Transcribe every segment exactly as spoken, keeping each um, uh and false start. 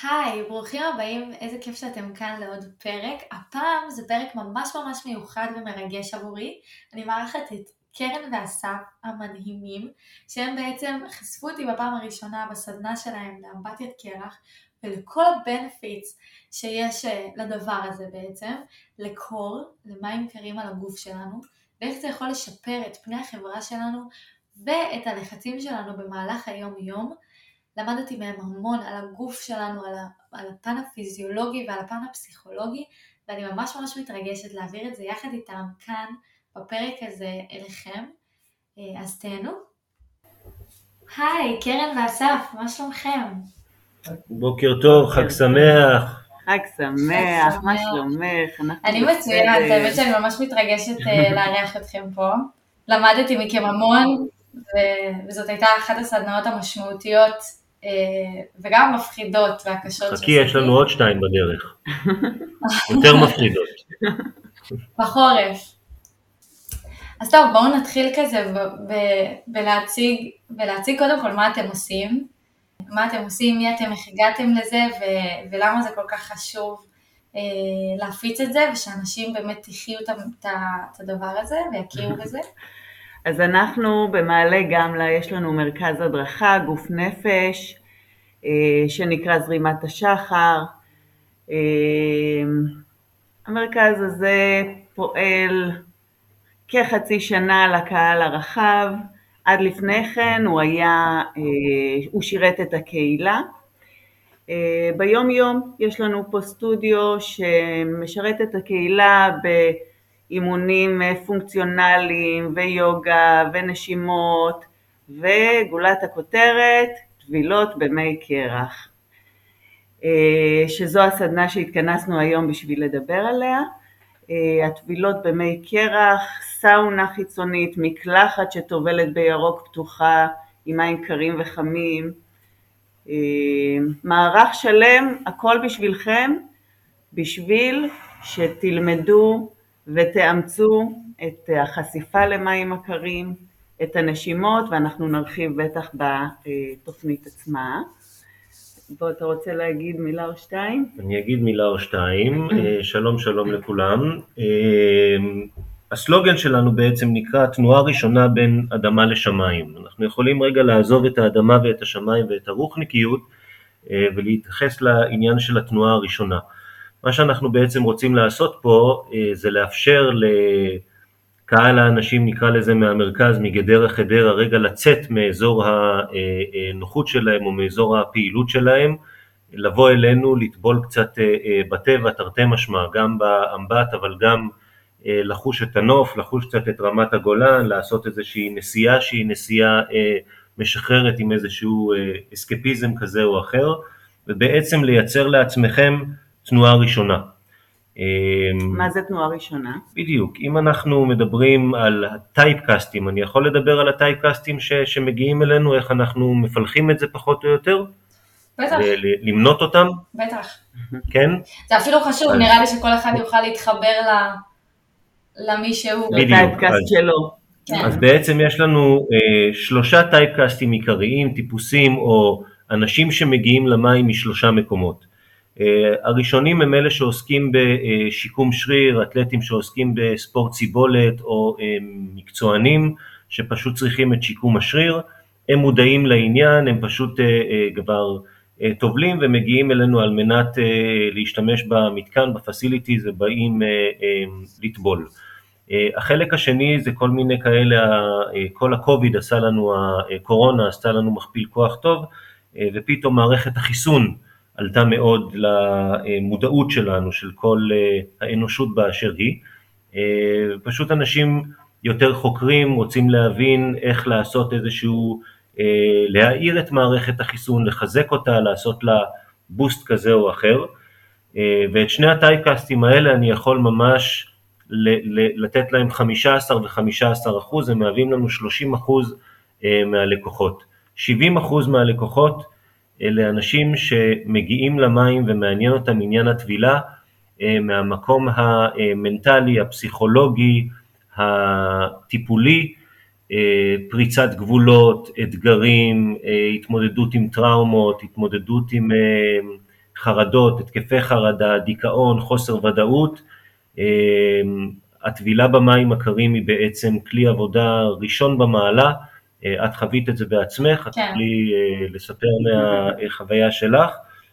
היי, ברוכים הבאים, איזה כיף שאתם כאן לעוד פרק. הפעם זה פרק ממש ממש מיוחד ומרגש עבורי. אני מארחת את קרן ואסף המדהימים, שהם בעצם חשפו אותי בפעם הראשונה בסדנה שלהם לאמבטיית קרח, ולכל הבנפיטס שיש לדבר הזה בעצם, לקור, למים קרים על הגוף שלנו, ואיך זה יכול לשפר את פני החברה שלנו ואת הלחצים שלנו במהלך היום-יום. למדתי מהם המון על הגוף שלנו, על, ה, על הפן הפיזיולוגי ועל הפן הפסיכולוגי, ואני ממש ממש מתרגשת להעביר את זה יחד איתם כאן בפרק הזה אליכם. אז תהנו. היי, קרן ואסף, מה שלומכם? בוקר טוב, חג שמח. חג שמח, מה שלומך? אני מצוינת, האמת שאני ממש מתרגשת לארח אתכם פה. למדתי מכם המון, וזאת הייתה אחת הסדנאות המשמעותיות וגם מפחידות והקשות. חכי, יש לנו עוד שתיים בדרך. יותר מפחידות. בחורף. אז טוב, בואו נתחיל כזה בלהציג, ולהציג קודם כל מה אתם עושים. מה אתם עושים, מי אתם, איך הגעתם לזה, ולמה זה כל כך חשוב להפיץ את זה, ושאנשים באמת יחיו את הדבר הזה ויכירו בזה. אז אנחנו במעלה גמלה, יש לנו מרכז הדרכה, גוף נפש, שנקרא זרימת השחר. המרכז הזה פועל כחצי שנה לקהל הרחב. עד לפני כן הוא היה, הוא שירת את הקהילה. ביום יום יש לנו פה סטודיו שמשרת את הקהילה באימונים פונקציונליים ויוגה ונשימות, וגולת הכותרת, טבילות במי קרח, שזו הסדנה שהתכנסנו היום בשביל לדבר עליה. הטבילות במי קרח, סאונה חיצונית, מקלחת שטובלת בירוק פתוחה עם מים קרים וחמים, מערך שלם, הכל בשבילכם, בשביל שתלמדו ותאמצו את החשיפה למים הקרים, את הנשימות, ואנחנו נרחיב בטח בתוכנית עצמה. בוא, אתה רוצה להגיד מילה או שתיים? אני אגיד מילה או שתיים. שלום שלום לכולם. הסלוגן שלנו בעצם נקרא תנועה ראשונה בין אדמה לשמיים. אנחנו יכולים רגע לעזוב את האדמה ואת השמיים ואת הרוחניקיות ולהתייחס לעניין של התנועה הראשונה. מה שאנחנו בעצם רוצים לעשות פה זה לאפשר לקהל האנשים, נקרא לזה מהמרכז, מגדר החדר, הרגע לצאת מאזור הנוחות שלהם או מאזור הפעילות שלהם, לבוא אלינו, לטבול קצת בטבע, תרתי משמע, גם באמבט, אבל גם לחוש את הנוף, לחוש קצת את רמת הגולן, לעשות איזושהי נסיעה שהיא נסיעה משחררת עם איזשהו אסקפיזם כזה או אחר, ובעצם לייצר לעצמכם תנועה ראשונה. מה זה תנועה ראשונה? בדיוק, אם אנחנו מדברים על הטייפקאסטים, אני יכול לדבר על הטייפקאסטים ש- שמגיעים אלינו, איך אנחנו מפלחים את זה פחות או יותר? בטח. ל- למנות אותם? בטח. כן? זה אפילו חשוב, נראה לי שכל אחד יוכל להתחבר ל... למי שהוא. בדיוק. לטייפקאסט אז- שלו. כן. אז בעצם יש לנו אה, שלושה טייפקאסטים עיקריים, טיפוסים או אנשים שמגיעים למים משלושה מקומות. Uh, הראשונים הם אלה שעוסקים בשיקום שריר, אתלטים שעוסקים בספורט סיבולת או uh, מקצוענים שפשוט צריכים את שיקום השריר. הם מודעים לעניין, הם פשוט uh, uh, כבר uh, טובלים ומגיעים אלינו על מנת uh, להשתמש במתקן, בפסיליטיז, ובאים uh, uh, לטבול. Uh, החלק השני זה כל מיני כאלה, uh, כל הקוביד עשה לנו, הקורונה עשתה לנו מכפיל כוח טוב, uh, ופתאום מערכת החיסון עלתה מאוד למודעות שלנו, של כל האנושות באשר היא. פשוט אנשים יותר חוקרים, רוצים להבין איך לעשות איזשהו, להאיר את מערכת החיסון, לחזק אותה, לעשות לה בוסט כזה או אחר. ואת שני הטייפקאסטים האלה אני יכול ממש לתת להם חמישה עשר ו-חמישה עשר אחוז, הם מהווים לנו שלושים אחוז מהלקוחות. שבעים אחוז מהלקוחות אלה אנשים שמגיעים למים ומעניין אותם עניין הטבילה מהמקום המנטלי, הפסיכולוגי, הטיפולי, פריצת גבולות, אתגרים, התמודדות עם טראומות, התמודדות עם חרדות, התקפי חרדה, דיכאון, חוסר ודאות. הטבילה במים הקרים היא בעצם כלי עבודה ראשון במעלה, את חווית את זה בעצמך, את תוכלי לספר מהחוויה שלך.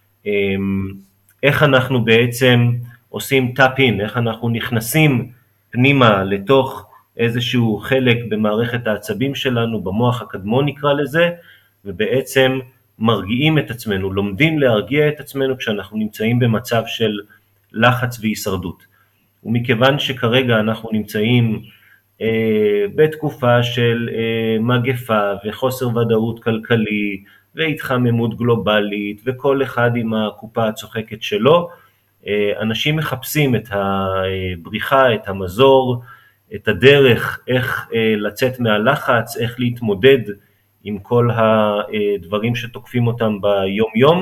איך אנחנו בעצם עושים טאפ-אין, איך אנחנו נכנסים פנימה לתוך איזשהו חלק במערכת העצבים שלנו, במוח הקדמון נקרא לזה, ובעצם מרגיעים את עצמנו, לומדים להרגיע את עצמנו כשאנחנו נמצאים במצב של לחץ והישרדות. ומכיוון שכרגע אנחנו נמצאים אה, בתקופה של אה, מגפה וחוסר ודאות כלכלי והתחממות גלובלית וכל אחד עם הקופה הצוחקת שלו, אה, אנשים מחפשים את הבריחה, את המזור, את הדרך איך אה, לצאת מהלחץ, איך להתמודד עם כל הדברים שתוקפים אותם ביום יום.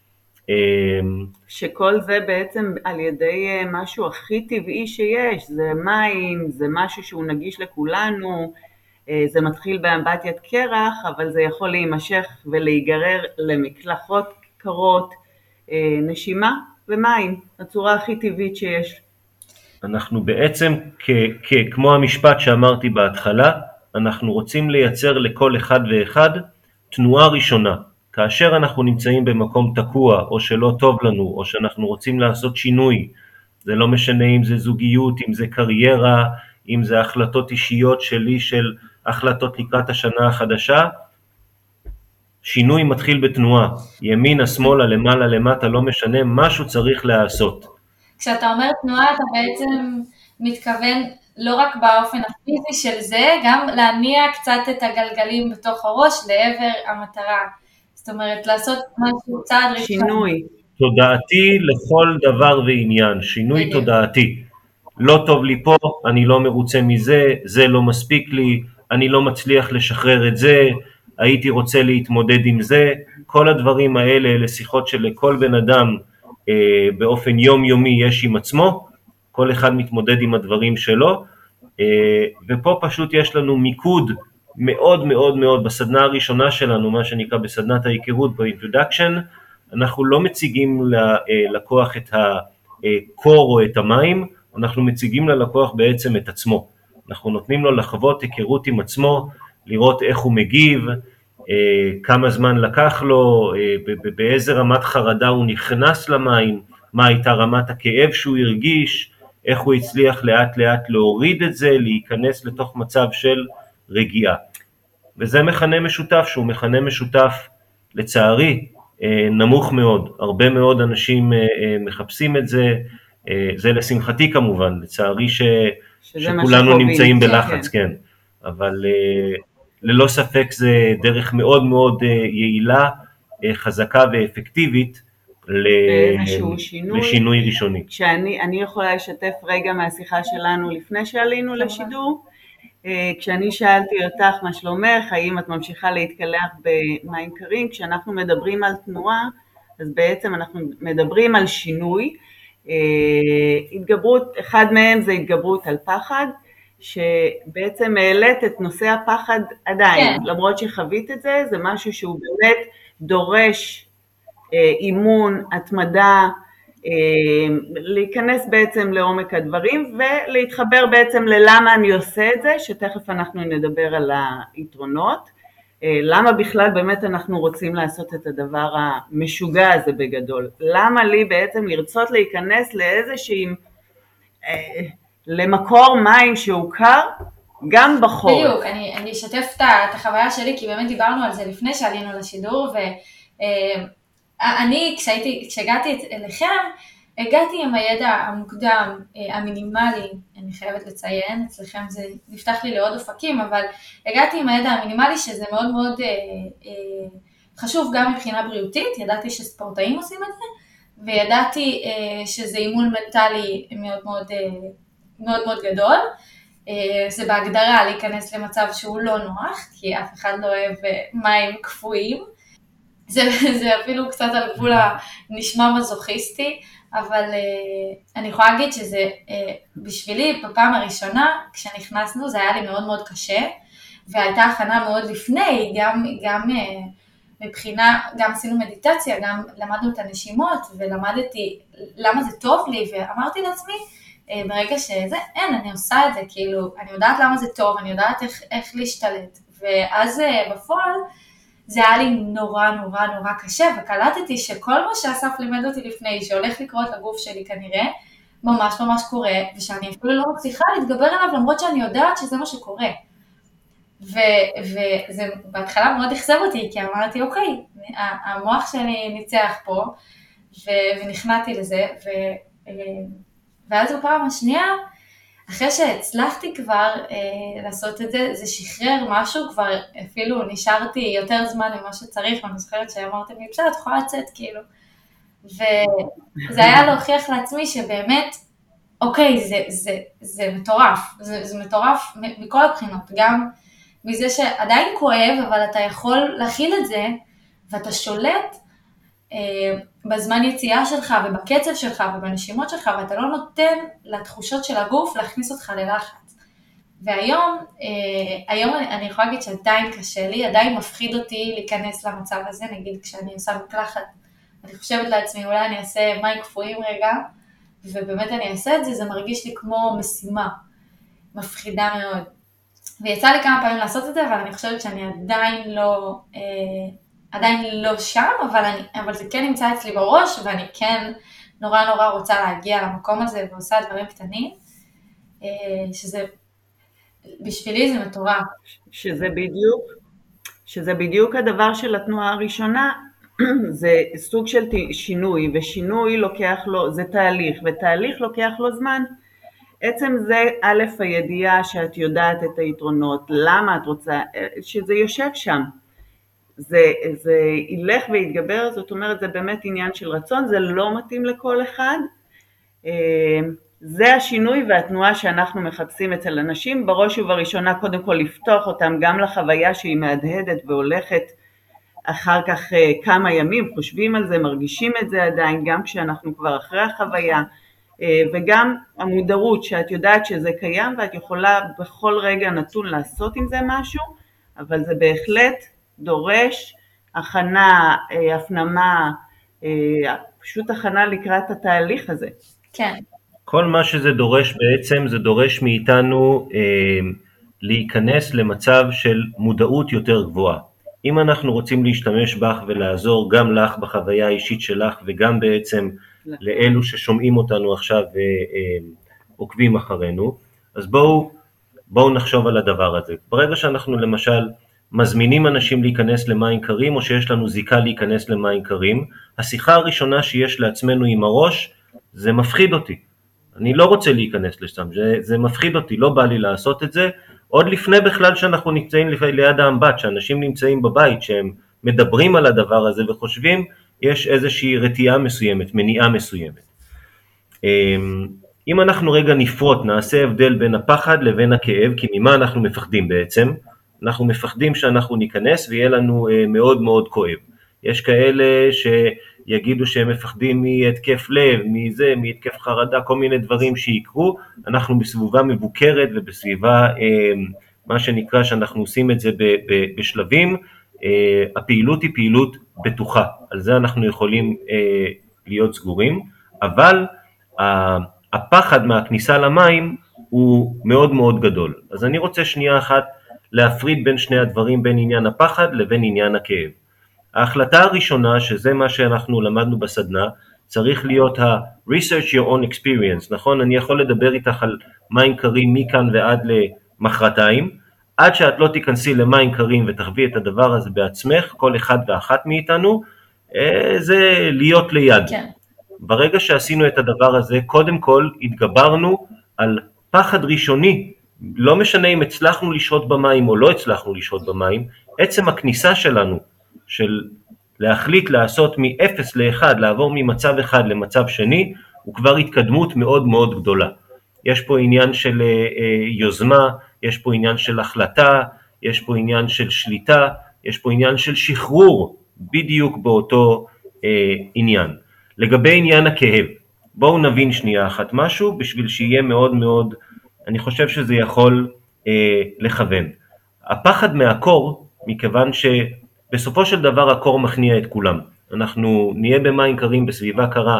שכל זה בעצם על ידי משהו הכי טבעי שיש, זה מים, זה משהו שהוא נגיש לכולנו, זה מתחיל באמבטיית קרח, אבל זה יכול להימשך ולהיגרר למקלחות קרות, נשימה ומים, הצורה הכי טבעית שיש. אנחנו בעצם, כ- כ- כמו המשפט שאמרתי בהתחלה, אנחנו רוצים לייצר לכל אחד ואחד תנועה ראשונה. כאשר אנחנו נמצאים במקום תקוע, או שלא טוב לנו, או שאנחנו רוצים לעשות שינוי, זה לא משנה אם זה זוגיות, אם זה קריירה, אם זה החלטות אישיות שלי, של החלטות לקראת השנה החדשה, שינוי מתחיל בתנועה, ימינה, שמאלה, למעלה, למטה, לא משנה, משהו צריך לעשות. כשאתה אומר תנועה, אתה בעצם מתכוון לא רק באופן הפיזי של זה, גם להניע קצת את הגלגלים בתוך הראש לעבר המטרה. זאת אומרת, לעשות משהו צעד ראשון. שינוי. תודעתי לכל דבר ועניין, שינוי בדיוק. תודעתי. לא טוב לי פה, אני לא מרוצה מזה, זה לא מספיק לי, אני לא מצליח לשחרר את זה, הייתי רוצה להתמודד עם זה. כל הדברים האלה, אלה שיחות שלכל בן אדם אה, באופן יומיומי יש עם עצמו, כל אחד מתמודד עם הדברים שלו, אה, ופה פשוט יש לנו מיקוד מאוד מאוד מאוד בסדנה הראשונה שלנו, מה שנקרא בסדנת ההיכרות, ב-introduction, אנחנו לא מציגים ללקוח את הקור או את המים, אנחנו מציגים ללקוח בעצם את עצמו. אנחנו נותנים לו לחוות היכרות עם עצמו, לראות איך הוא מגיב, כמה זמן לקח לו, באיזה רמת חרדה הוא נכנס למים, מה הייתה רמת הכאב שהוא הרגיש, איך הוא הצליח לאט לאט להוריד את זה, להיכנס לתוך מצב של רגיעה. וזה מכנה משותף, שהוא מכנה משותף לצערי נמוך מאוד. הרבה מאוד אנשים מחפשים את זה, זה לשמחתי כמובן, לצערי ש... שכולנו נמצאים בלחץ, כן. כן. אבל ללא ספק זה דרך מאוד מאוד יעילה, חזקה ואפקטיבית שינוי. לשינוי ראשוני. כשאני אני יכולה לשתף רגע מהשיחה שלנו לפני שעלינו לשידור, כשאני שאלתי אותך מה שלומך, האם את ממשיכה להתקלח במים קרים, כשאנחנו מדברים על תנועה, אז בעצם אנחנו מדברים על שינוי, התגברות, אחד מהם זה התגברות על פחד, שבעצם העלית את נושא הפחד עדיין, כן. למרות שחווית את זה, זה משהו שהוא באמת דורש אימון, התמדה, להיכנס בעצם לעומק הדברים ולהתחבר בעצם ללמה אני עושה את זה, שתכף אנחנו נדבר על היתרונות, למה בכלל באמת אנחנו רוצים לעשות את הדבר המשוגע הזה בגדול, למה לי בעצם לרצות להיכנס לאיזושהי, למקור מים שהוא קר גם בחורף. בדיוק, אני, אני אשתף את החוויה שלי, כי באמת דיברנו על זה לפני שעלינו לשידור, ו... אני, כשהייתי, כשהגעתי אליכם, הגעתי עם הידע המוקדם, המינימלי, אני חייבת לציין, אצלכם זה נפתח לי לעוד אופקים, אבל הגעתי עם הידע המינימלי שזה מאוד מאוד אה, אה, חשוב גם מבחינה בריאותית, ידעתי שספורטאים עושים את זה, וידעתי אה, שזה אימון מנטלי מאוד מאוד, אה, מאוד, מאוד גדול, אה, זה בהגדרה להיכנס למצב שהוא לא נוח, כי אף אחד לא אוהב מים קפואים, זה, זה אפילו קצת על גבול הנשמע מזוכיסטי, אבל uh, אני יכולה להגיד שזה uh, בשבילי בפעם הראשונה כשנכנסנו זה היה לי מאוד מאוד קשה, והייתה הכנה מאוד לפני, גם, גם uh, מבחינה, גם עשינו מדיטציה, גם למדנו את הנשימות, ולמדתי למה זה טוב לי, ואמרתי לעצמי, ברגע שזה, אין, אני עושה את זה, כאילו, אני יודעת למה זה טוב, אני יודעת איך, איך להשתלט, ואז בפועל, זה היה לי נורא נורא נורא קשה, וקלטתי שכל מה שאסף לימד אותי לפני, שהולך לקרות לגוף שלי כנראה, ממש ממש קורה, ושאני אפילו לא מצליחה להתגבר עליו, למרות שאני יודעת שזה מה שקורה. וזה בהתחלה מאוד אכזב אותי, כי אמרתי, אוקיי, המוח שלי ניצח פה, ונכנעתי לזה, ואז בפעם השנייה, אחרי שהצלחתי כבר אה, לעשות את זה, זה שחרר משהו, כבר אפילו נשארתי יותר זמן ממה שצריך, ואני זוכרת שאמרתם לי, בסדר, את יכולה לצאת, כאילו. וזה היה להוכיח לעצמי שבאמת, אוקיי, זה, זה, זה מטורף, זה, זה מטורף מכל הבחינות, גם מזה שעדיין כואב, אבל אתה יכול להכיל את זה, ואתה שולט, בזמן יציאה שלך ובקצב שלך ובנשימות שלך, ואתה לא נותן לתחושות של הגוף להכניס אותך ללחץ. והיום, היום אני יכולה להגיד שעדיין קשה לי, עדיין מפחיד אותי להיכנס למצב הזה, נגיד כשאני עושה מקלחת, אני חושבת לעצמי, אולי אני אעשה מים קפואים רגע, ובאמת אני אעשה את זה, זה מרגיש לי כמו משימה, מפחידה מאוד. ויצא לי כמה פעמים לעשות את זה, אבל אני חושבת שאני עדיין לא... עדיין לא שם, אבל, אני, אבל זה כן נמצא אצלי בראש, ואני כן נורא נורא רוצה להגיע למקום הזה, ועושה דברים קטנים, שזה, בשבילי זה מטורף. שזה בדיוק, שזה בדיוק הדבר של התנועה הראשונה, זה סוג של שינוי, ושינוי לוקח לו, זה תהליך, ותהליך לוקח לו זמן. עצם זה א' הידיעה שאת יודעת את היתרונות, למה את רוצה, שזה יושב שם. זה, זה ילך ויתגבר, זאת אומרת, זה באמת עניין של רצון, זה לא מתאים לכל אחד. זה השינוי והתנועה שאנחנו מחפשים אצל אנשים, בראש ובראשונה קודם כל לפתוח אותם גם לחוויה שהיא מהדהדת והולכת אחר כך כמה ימים, חושבים על זה, מרגישים את זה עדיין, גם כשאנחנו כבר אחרי החוויה, וגם המודעות שאת יודעת שזה קיים ואת יכולה בכל רגע נתון לעשות עם זה משהו, אבל זה בהחלט דורש הכנה, הפנמה, פשוט הכנה לקראת התהליך הזה. כן. כל מה שזה דורש בעצם, זה דורש מאיתנו אה, להיכנס למצב של מודעות יותר גבוהה. אם אנחנו רוצים להשתמש בך ולעזור גם לך בחוויה האישית שלך, וגם בעצם לאלו ששומעים אותנו עכשיו ועוקבים אחרינו, אז בואו, בואו נחשוב על הדבר הזה. ברגע שאנחנו למשל מזמינים אנשים להיכנס למים קרים, או שיש לנו זיקה להיכנס למים קרים, השיחה הראשונה שיש לעצמנו עם הראש, זה מפחיד אותי. אני לא רוצה להיכנס לשם, זה, זה מפחיד אותי, לא בא לי לעשות את זה. עוד לפני בכלל שאנחנו נמצאים ליד האמבט, שאנשים נמצאים בבית, שהם מדברים על הדבר הזה וחושבים, יש איזושהי רתיעה מסוימת, מניעה מסוימת. אם אנחנו רגע נפרוט, נעשה הבדל בין הפחד לבין הכאב, כי ממה אנחנו מפחדים בעצם? אנחנו מפחדים שאנחנו ניכנס ויהיה לנו מאוד מאוד כואב. יש כאלה שיגידו שהם מפחדים מהתקף לב, מזה, מהתקף חרדה, כל מיני דברים שיקרו. אנחנו בסביבה מבוקרת ובסביבה, מה שנקרא שאנחנו עושים את זה בשלבים. הפעילות היא פעילות בטוחה, על זה אנחנו יכולים להיות סגורים, אבל הפחד מהכניסה למים הוא מאוד מאוד גדול. אז אני רוצה שנייה אחת להפריד בין שני הדברים, בין עניין הפחד לבין עניין הכאב. ההחלטה הראשונה, שזה מה שאנחנו למדנו בסדנה, צריך להיות ה-research your own experience, נכון? אני יכול לדבר איתך על מים קרים מכאן ועד למחרתיים, עד שאת לא תיכנסי למים קרים ותחווי את הדבר הזה בעצמך, כל אחד ואחת מאיתנו, זה להיות ליד. כן. ברגע שעשינו את הדבר הזה, קודם כל התגברנו על פחד ראשוני, לא משנה אם הצלחנו לשהות במים או לא הצלחנו לשהות במים, עצם הכניסה שלנו, של להחליט לעשות מ-אפס ל-אחד, לעבור ממצב אחד למצב שני, הוא כבר התקדמות מאוד מאוד גדולה. יש פה עניין של יוזמה, יש פה עניין של החלטה, יש פה עניין של שליטה, יש פה עניין של שחרור, בדיוק באותו אה, עניין. לגבי עניין הכאב, בואו נבין שנייה אחת משהו, בשביל שיהיה מאוד מאוד, אני חושב שזה יכול אה, לכוון. הפחד מהקור, מכיוון בסופו של דבר הקור מכניע את כולם. אנחנו נהיה במים קרים בסביבה קרה,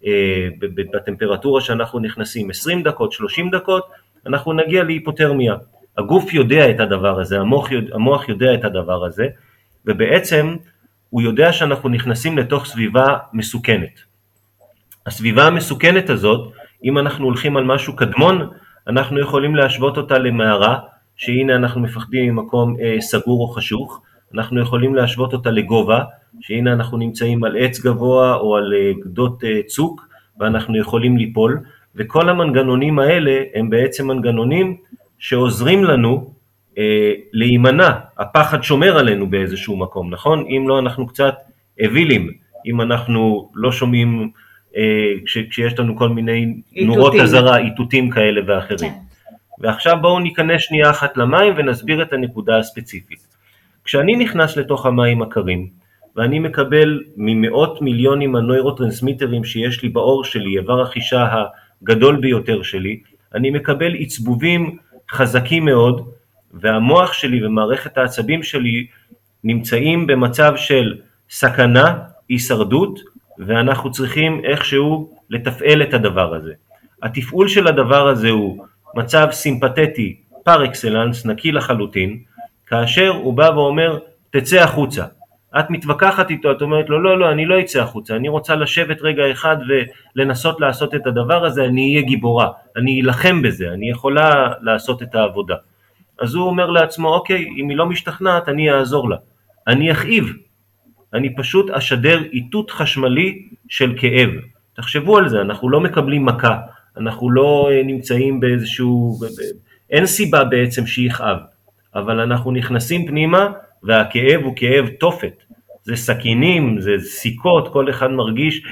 בטמפרטורה שאנחנו נכנסים עשרים דקות, שלושים דקות, אנחנו נגיע להיפותרמיה. הגוף יודע את הדבר הזה, המוח יודע, המוח יודע את הדבר הזה, ובעצם הוא יודע שאנחנו נכנסים לתוך סביבה מסוכנת. הסביבה המסוכנת הזאת, אם אנחנו הולכים על משהו קדמון, אנחנו יכולים להשוות אותה למערה, שהנה אנחנו מפחדים ממקום אה, סגור או חשוך, אנחנו יכולים להשוות אותה לגובה, שהנה אנחנו נמצאים על עץ גבוה או על אה, גדות אה, צוק, ואנחנו יכולים ליפול, וכל המנגנונים האלה הם בעצם מנגנונים שעוזרים לנו אה, להימנע. הפחד שומר עלינו באיזשהו מקום, נכון? אם לא אנחנו קצת אווילים, אם אנחנו לא שומעים, אה, כש, כשיש לנו כל מיני איתותים. נורות הזרה, איתותים כאלה ואחרים. כן. ועכשיו בואו ניכנס שנייה אחת למים ונסביר את הנקודה הספציפית. כשאני נכנס לתוך המים הקרים, ואני מקבל ממאות מיליונים הנוירוטרנסמיטרים שיש לי בעור שלי, איבר החישה הגדול ביותר שלי, אני מקבל עצבובים חזקים מאוד, והמוח שלי ומערכת העצבים שלי נמצאים במצב של סכנה, הישרדות, ואנחנו צריכים איכשהו לתפעל את הדבר הזה. התפעול של הדבר הזה הוא מצב סימפתטי פר אקסלנס, נקי לחלוטין, כאשר הוא בא ואומר, תצא החוצה. את מתווכחת איתו, את אומרת לו, לא, לא, אני לא אצא החוצה, אני רוצה לשבת רגע אחד ולנסות לעשות את הדבר הזה, אני אהיה גיבורה, אני אלחם בזה, אני יכולה לעשות את העבודה. אז הוא אומר לעצמו, אוקיי, אם היא לא משתכנעת, אני אעזור לה. אני אכאיב, אני פשוט אשדר איתות חשמלי של כאב. תחשבו על זה, אנחנו לא מקבלים מכה, אנחנו לא נמצאים באיזשהו, אין סיבה בעצם שיכאב, אבל אנחנו נכנסים פנימה, והכאב הוא כאב תופת, זה סכינים, זה סיכות, כל אחד מרגיש,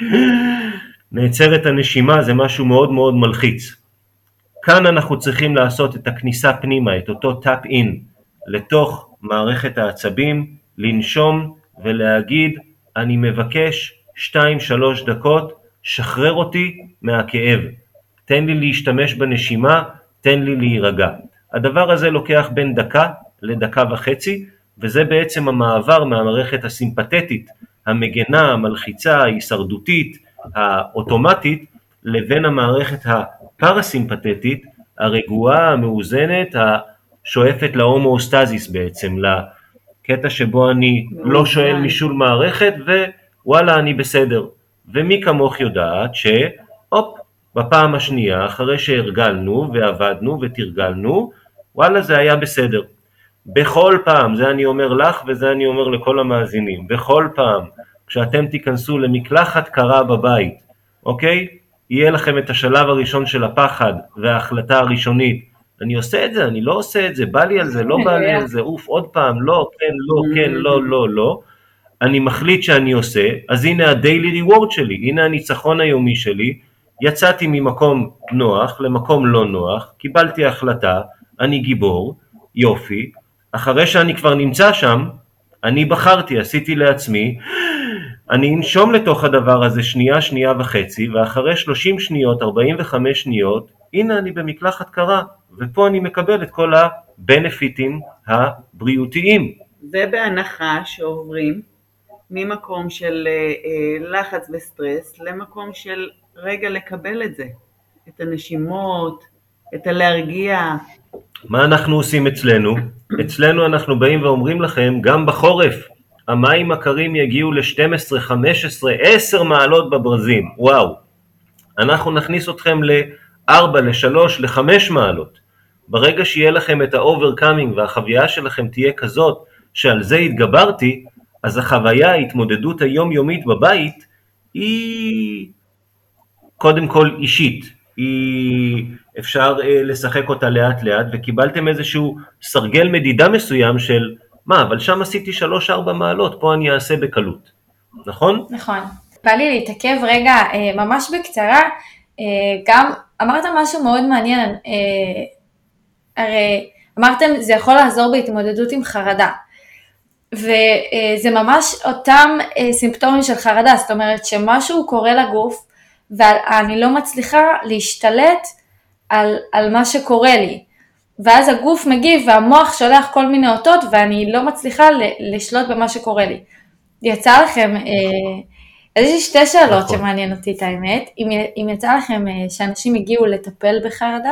נעצר את הנשימה, זה משהו מאוד מאוד מלחיץ. כאן אנחנו צריכים לעשות את הכניסה פנימה, את אותו טאפ אין, לתוך מערכת העצבים, לנשום ולהגיד, אני מבקש שתיים שלוש דקות, שחרר אותי מהכאב, תן לי להשתמש בנשימה, תן לי להירגע. הדבר הזה לוקח בין דקה לדקה וחצי, וזה בעצם המעבר מהמערכת הסימפתטית, המגנה, המלחיצה, ההישרדותית, האוטומטית, לבין המערכת הפרסימפתטית, הרגועה, המאוזנת, השואפת להומואוסטזיס בעצם, לקטע שבו אני לא שואל משול מערכת, ווואלה אני בסדר. ומי כמוך יודעת שהופ, בפעם השנייה, אחרי שהרגלנו ועבדנו ותרגלנו, וואלה זה היה בסדר. בכל פעם, זה אני אומר לך וזה אני אומר לכל המאזינים, בכל פעם כשאתם תיכנסו למקלחת קרה בבית, אוקיי? יהיה לכם את השלב הראשון של הפחד וההחלטה הראשונית, אני עושה את זה, אני לא עושה את זה, בא לי על זה, לא בא לי על זה, אוף, עוד פעם, לא, כן, לא, כן, לא, לא, לא, אני מחליט שאני עושה, אז הנה הדיילי ריוורד שלי, הנה הניצחון היומי שלי, יצאתי ממקום נוח למקום לא נוח, קיבלתי החלטה, אני גיבור, יופי, אחרי שאני כבר נמצא שם, אני בחרתי, עשיתי לעצמי, אני אנשום לתוך הדבר הזה שנייה, שנייה וחצי, ואחרי שלושים שניות, ארבעים וחמש שניות, הנה אני במקלחת קרה, ופה אני מקבל את כל הבנפיטים הבריאותיים. זה בהנחה שעוברים ממקום של לחץ וסטרס, למקום של רגע לקבל את זה, את הנשימות, את הלהרגיע. מה אנחנו עושים אצלנו? אצלנו אנחנו באים ואומרים לכם, גם בחורף, המים הקרים יגיעו ל-שתים עשרה, חמש עשרה, עשר מעלות בברזים, וואו. אנחנו נכניס אתכם ל-ארבע, ל-שלוש, ל-חמש מעלות. ברגע שיהיה לכם את ה-overcoming והחוויה שלכם תהיה כזאת, שעל זה התגברתי, אז החוויה, ההתמודדות היומיומית בבית, היא קודם כל אישית. היא אפשר לשחק אותה לאט לאט, וקיבלתם איזשהו סרגל מדידה מסוים של, מה, אבל שם עשיתי שלוש ארבע מעלות, פה אני אעשה בקלות, נכון? נכון. בא לי להתעכב רגע, ממש בקצרה, גם אמרת משהו מאוד מעניין, הרי אמרתם זה יכול לעזור בהתמודדות עם חרדה, וזה ממש אותם סימפטומים של חרדה, זאת אומרת שמשהו קורה לגוף, ואני לא מצליחה להשתלט על, על מה שקורה לי. ואז הגוף מגיב והמוח שולח כל מיני אותות, ואני לא מצליחה לשלוט במה שקורה לי. יצא לכם, אז יש לי שתי שאלות נכון. שמעניין אותי את האמת, אם, אם יצא לכם שאנשים הגיעו לטפל בחרדה,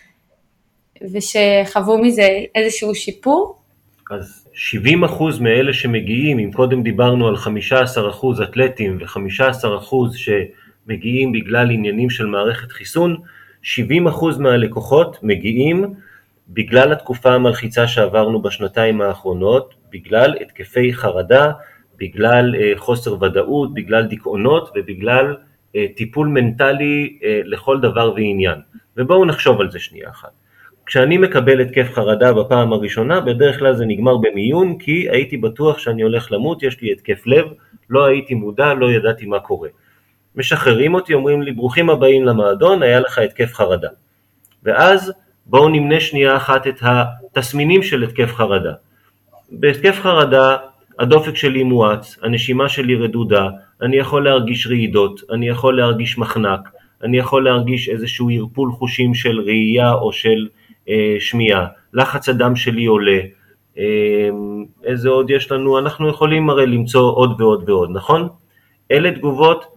ושחוו מזה איזשהו שיפור? אז שבעים אחוז מאלה שמגיעים, אם קודם דיברנו על חמישה עשר אחוז אתלטים ו-חמישה עשר אחוז שמגיעים בגלל עניינים של מערכת חיסון, שבעים אחוז מהלקוחות מגיעים בגלל התקופה המלחיצה שעברנו בשנתיים האחרונות, בגלל התקפי חרדה, בגלל uh, חוסר ודאות, בגלל דיכאונות ובגלל uh, טיפול מנטלי uh, לכל דבר ועניין. ובואו נחשוב על זה שנייה אחת. כשאני מקבל התקף חרדה בפעם הראשונה, בדרך כלל זה נגמר במיון, כי הייתי בטוח שאני הולך למות, יש לי התקף לב, לא הייתי מודע, לא ידעתי מה קורה. משחררים אותי, אומרים לי, ברוכים הבאים למועדון, היה לך התקף חרדה. ואז בואו נמנה שנייה אחת את התסמינים של התקף חרדה. בהתקף חרדה, הדופק שלי מואץ, הנשימה שלי רדודה, אני יכול להרגיש רעידות, אני יכול להרגיש מחנק, אני יכול להרגיש איזשהו ערפול חושים של ראייה או של אה, שמיעה, לחץ הדם שלי עולה, אה, איזה עוד יש לנו, אנחנו יכולים הרי למצוא עוד ועוד ועוד, נכון? אלה תגובות,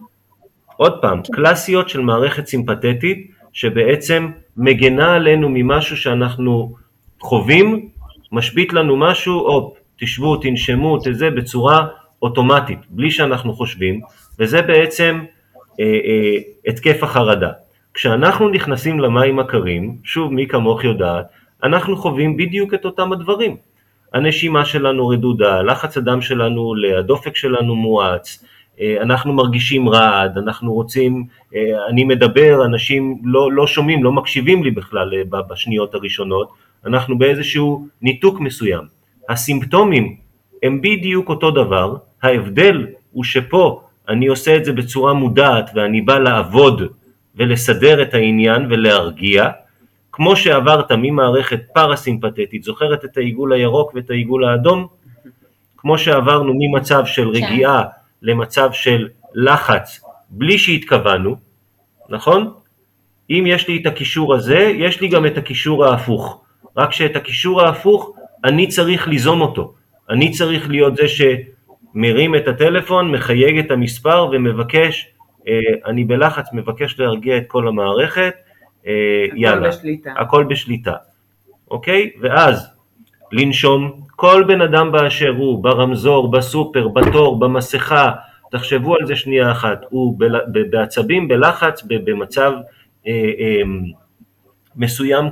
עוד פעם, קלאסיות של מערכת סימפתטית, שבעצם מגנה עלינו ממשהו שאנחנו חווים, משבית לנו משהו, אופ, תשבו, תנשמו, תזה בצורה אוטומטית, בלי שאנחנו חושבים, וזה בעצם אה, אה, התקף החרדה. כשאנחנו נכנסים למים הקרים, שוב מי כמוך יודעת, אנחנו חווים בדיוק את אותם הדברים. הנשימה שלנו רדודה, לחץ הדם שלנו עולה, הדופק שלנו מואץ, אנחנו מרגישים רעד, אנחנו רוצים, אני מדבר, אנשים לא, לא שומעים, לא מקשיבים לי בכלל בשניות הראשונות, אנחנו באיזשהו ניתוק מסוים. הסימפטומים הם בדיוק אותו דבר, ההבדל הוא שפה אני עושה את זה בצורה מודעת ואני בא לעבוד ולסדר את העניין ולהרגיע, כמו שעברת ממערכת פרסימפתטית, זוכרת את העיגול הירוק ואת העיגול האדום? כמו שעברנו ממצב של רגיעה למצב של לחץ בלי שהתכוונו, נכון? אם יש לי את הקישור הזה, יש לי גם את הקישור ההפוך. רק שאת הקישור ההפוך אני צריך ליזום אותו. אני צריך להיות זה שמרים את הטלפון, מחייג את המספר ומבקש, אה, אני בלחץ מבקש להרגיע את כל המערכת, אה, הכל יאללה, בשליטה. הכל בשליטה. אוקיי? ואז לנשום, כל בן אדם באשר הוא, ברמזור, בסופר, בתור, במסכה, תחשבו על זה שנייה אחת, הוא בעצבים, בלחץ, במצב אה, אה, מסוים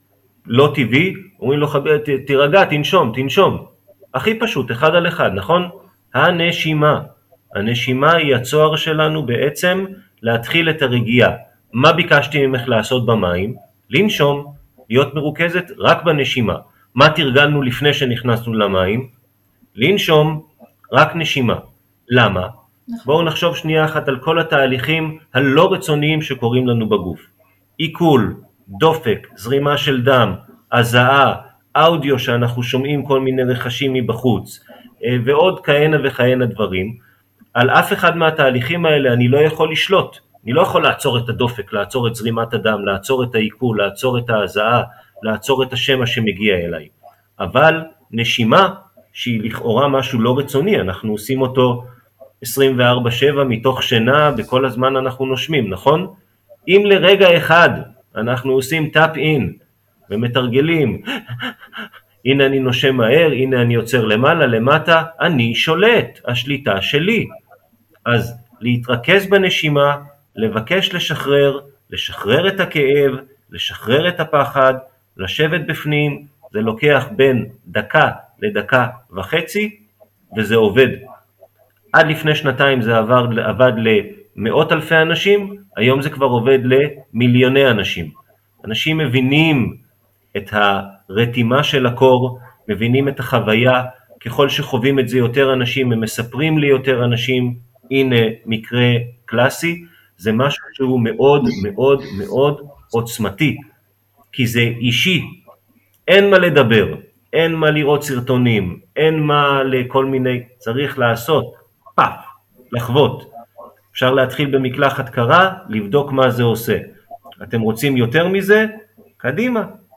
לא טבעי, אומרים לו, תירגע, תנשום, תנשום. הכי פשוט, אחד על אחד, נכון? הנשימה. הנשימה היא הצוהר שלנו בעצם להתחיל את הרגיעה. מה ביקשתי ממך לעשות במים? לנשום, להיות מרוכזת רק בנשימה. מה תרגלנו לפני שנכנסנו למים? לנשום, רק נשימה. למה? נכון. בואו נחשוב שנייה אחת על כל התהליכים הלא רצוניים שקורים לנו בגוף. עיכול, דופק, זרימה של דם, הזעה, אודיו שאנחנו שומעים כל מיני רחשים מבחוץ, ועוד כהנה וכהנה דברים. על אף אחד מהתהליכים האלה אני לא יכול לשלוט. אני לא יכול לעצור את הדופק, לעצור את זרימת הדם, לעצור את העיכול, לעצור את ההזעה, לעצור את השמע שמגיע אליי. אבל נשימה, שהיא לכאורה משהו לא רצוני, אנחנו עושים אותו עשרים וארבע שבע מתוך שינה, בכל הזמן אנחנו נושמים, נכון? אם לרגע אחד אנחנו עושים טאפ אין ומתרגלים, הנה אני נושם מהר, הנה אני יוצר למעלה, למטה, אני שולט, השליטה שלי. אז להתרכז בנשימה, לבקש לשחרר, לשחרר את הכאב, לשחרר את הפחד, לשבת בפנים, זה לוקח בין דקה לדקה וחצי, וזה עובד. עד לפני שנתיים זה עבד, עבד למאות אלפי אנשים, היום זה כבר עובד למיליוני אנשים. אנשים מבינים את הרתימה של הקור, מבינים את החוויה, ככל שחווים את זה יותר אנשים, הם מספרים לי יותר אנשים, הנה מקרה קלאסי, זה משהו שהוא מאוד מאוד מאוד עוצמתי, כי זה אישי, אין מה לדבר, אין מה לראות סרטונים, אין מה לכל מיני, צריך לעשות, פאפ, לחוות. אפשר להתחיל במקלחת קרה, לבדוק מה זה עושה. אתם רוצים יותר מזה? קדימה.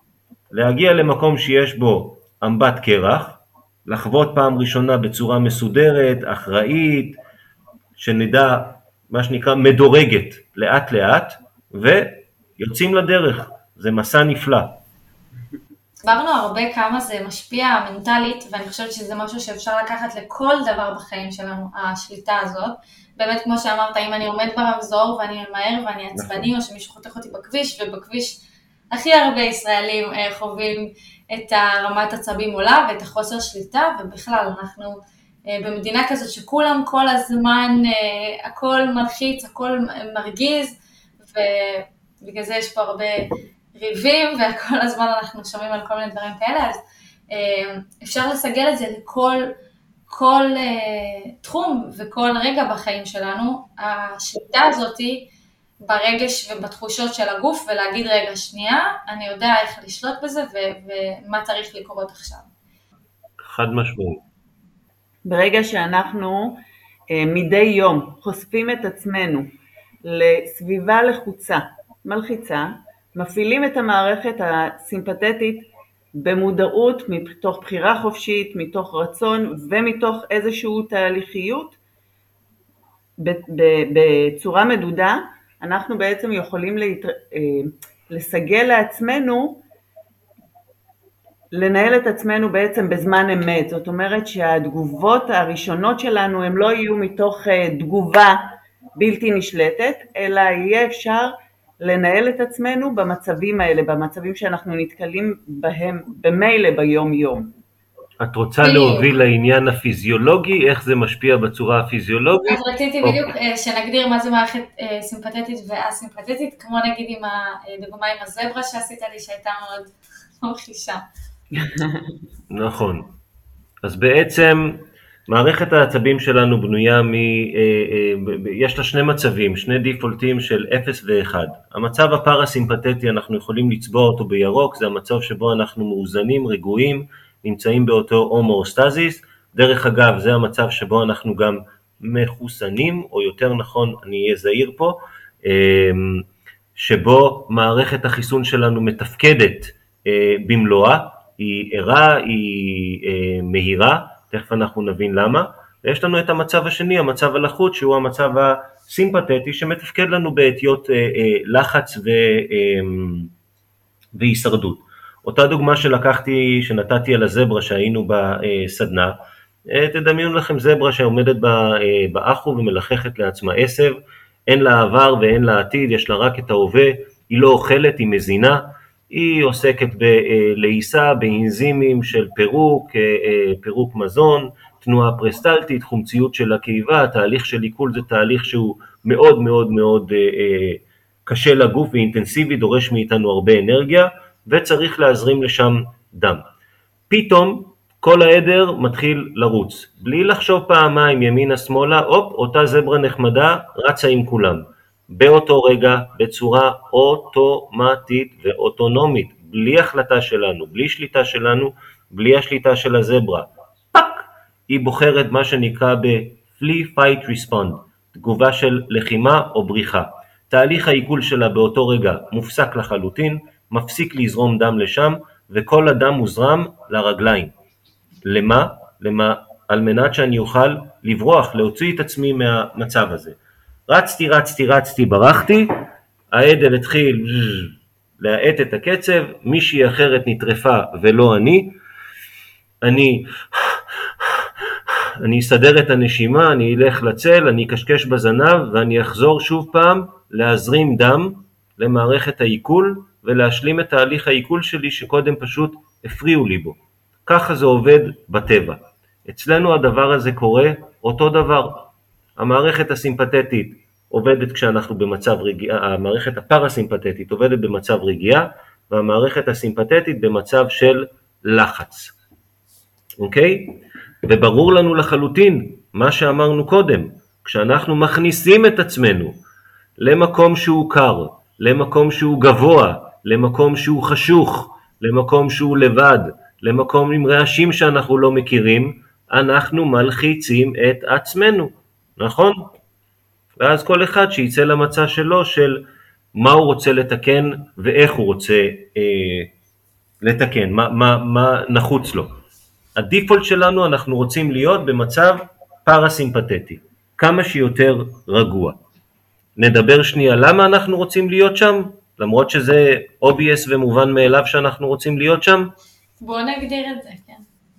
להגיע למקום שיש בו אמבט קרח, לחוות פעם ראשונה בצורה מסודרת, אחראית, שנדע מה שנקרא מדורגת לאט לאט, ויוצאים לדרך. זה מסע נפלא. הסברנו הרבה כמה זה משפיע מנטלית, ואני חושבת שזה משהו שאפשר לקחת לכל דבר בחיים שלנו, השליטה הזאת. באמת כמו שאמרת, אם אני עומד ברמזור ואני ממהר ואני עצבני, או שמישהו חותך אותי בכביש, ובכביש הכי הרבה ישראלים חווים את הרמת עצבים עולה ואת החוסר שליטה, ובכלל אנחנו במדינה כזאת שכולם כל הזמן, הכל מלחיץ, הכל מרגיז, ובגלל זה יש פה הרבה ריבים, וכל הזמן אנחנו שומעים על כל מיני דברים כאלה, אז אפשר לסגל את זה לכל כל, תחום וכל רגע בחיים שלנו. השליטה הזאת היא ברגש ובתחושות של הגוף, ולהגיד רגע שנייה, אני יודע איך לשלוט בזה, ומה צריך לקרות עכשיו. חד משמעית. ברגע שאנחנו מדי יום חושפים את עצמנו לסביבה לחוצה, מלחיצה, מפעילים את המערכת הסימפתטית במודעות, מתוך בחירה חופשית, מתוך רצון ומתוך איזשהו תהליכיות, בצורה מדודה, אנחנו בעצם יכולים לסגל לעצמנו, לנהל את עצמנו בעצם בזמן אמת. זאת אומרת שהתגובות הראשונות שלנו הם לא יהיו מתוך תגובה בלתי נשלטת, אלא יהיה אפשר לנהל את עצמנו במצבים האלה, במצבים שאנחנו נתקלים בהם במילא ביום יום. את רוצה להוביל לעניין הפיזיולוגי, איך זה משפיע בצורה הפיזיולוגית? אז רציתי בדיוק שנגדיר מה זה מערכת סימפתטית ואסימפתטית, כמו נגיד עם הדוגמה עם הזברה שעשית לי, שהייתה מאוד ממחישה. נכון. אז בעצם מערכת העצבים שלנו בנויה מ... יש לה שני מצבים, שני דיפולטים של אפס ואחד. המצב הפרסימפתטי, אנחנו יכולים לצבוע אותו בירוק, זה המצב שבו אנחנו מאוזנים, רגועים, נמצאים באותו הומואוסטזיס. דרך אגב, זה המצב שבו אנחנו גם מחוסנים, או יותר נכון, אני אהיה זהיר פה, שבו מערכת החיסון שלנו מתפקדת במלואה, היא ערה, היא מהירה, תכף אנחנו נבין למה. ויש לנו את המצב השני, המצב הלחות, שהוא המצב הסימפתטי, שמתפקד לנו באתיות לחץ ו... והישרדות. אותה דוגמה שלקחתי, שנתתי על הזברה שהיינו בסדנה, תדמיינו לכם זברה שעומדת באחו ומלחכת לעצמה עשב, אין לה עבר ואין לה עתיד, יש לה רק את ההווה, היא לא אוכלת, היא מזינה, היא עוסקת בלעיסה, באנזימים של פירוק, פירוק מזון, תנועה פרסטלטית, חומציות של הקיבה, תהליך של עיכול זה תהליך שהוא מאוד מאוד מאוד קשה לגוף ואינטנסיבי, דורש מאיתנו הרבה אנרגיה, וצריך להזרים לשם דם. פתאום כל העדר מתחיל לרוץ, בלי לחשוב פעמיים ימינה שמאלה, אופ, אותה זברה נחמדה רצה עם כולם. באותו רגע, בצורה אוטומטית ואוטונומית, בלי החלטה שלנו, בלי שליטה שלנו, בלי השליטה של הזברה. פק! היא בוחרת מה שנקרא ב-flee fight respond, תגובה של לחימה או בריחה. תהליך העיכול שלה באותו רגע מופסק לחלוטין, מפסיק לזרום דם לשם, וכל הדם מוזרם לרגליים. למה? למה? על מנת שאני אוכל לברוח, להוציא את עצמי מהמצב הזה. רצתי, רצתי, רצתי, ברחתי, העדר התחיל להאט את הקצב, מישהי אחרת נטרפה ולא אני, אני, אני אסדר את הנשימה, אני אלך לצל, אני אקשקש בזנב, ואני אחזור שוב פעם להזרים דם למערכת העיכול, ולהשלים את תהליך העיכול שלי שקודם פשוט הפריעו לי בו. ככה זה עובד בטבע. אצלנו הדבר הזה קורה אותו דבר. המערכת הסימפתטית עובדת כשאנחנו במצב רגיעה, המערכת הפרסימפתטית עובדת במצב רגיעה, והמערכת הסימפתטית במצב של לחץ. אוקיי? וברור לנו לחלוטין מה שאמרנו קודם, כשאנחנו מכניסים את עצמנו למקום שהוא קר, למקום שהוא גבוה, למקום שהוא חשוך, למקום שהוא לבד, למקום עם רעשים שאנחנו לא מכירים, אנחנו מלחיצים את עצמנו, נכון? ואז כל אחד שיצא למצע שלו של מה הוא רוצה לתקן ואיך הוא רוצה אה, לתקן, מה, מה, מה נחוץ לו. הדיפולט שלנו, אנחנו רוצים להיות במצב פרסימפתטי, כמה שיותר רגוע. נדבר שנייה למה אנחנו רוצים להיות שם, למרות שזה obvious ומובן מאליו שאנחנו רוצים להיות שם. בואו נגדיר את זה, כן.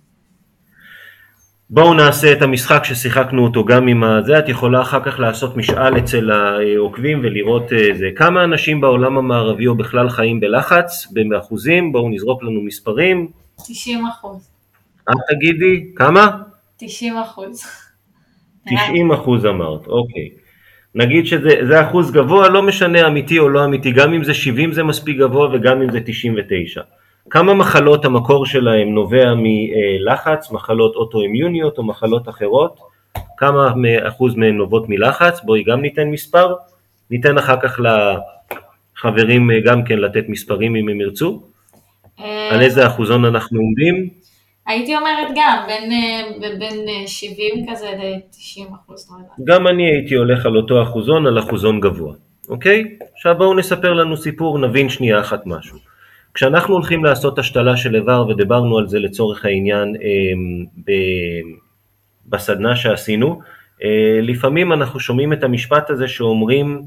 בואו נעשה את המשחק ששיחקנו אותו גם עם הזה, את יכולה אחר כך לעשות משאל אצל העוקבים ולראות זה. כמה אנשים בעולם המערבי או בכלל חיים בלחץ, באחוזים, בואו נזרוק לנו מספרים. תשעים אחוז. את תגידי, כמה? תשעים אחוז. תשעים אחוז אמרת, אוקיי. נגיד שזה אחוז גבוה, לא משנה אמיתי או לא אמיתי, גם אם זה שבעים זה מספיק גבוה וגם אם זה תשעים ותשע. כמה מחלות המקור שלהם נובע מלחץ, מחלות אוטואימיוניות או מחלות אחרות? כמה אחוז מהן נובעות מלחץ? בואי גם ניתן מספר, ניתן אחר כך לחברים גם כן לתת מספרים אם הם ירצו. על איזה אחוזון אנחנו עומדים? הייתי אומרת גם, בין, בין שבעים כזה ל-תשעים אחוז. גם אני הייתי הולך על אותו אחוזון, על אחוזון גבוה. אוקיי? עכשיו בואו נספר לנו סיפור, נבין שנייה אחת משהו. כשאנחנו הולכים לעשות השתלה של איבר, ודיברנו על זה לצורך העניין בסדנה שעשינו, לפעמים אנחנו שומעים את המשפט הזה שאומרים,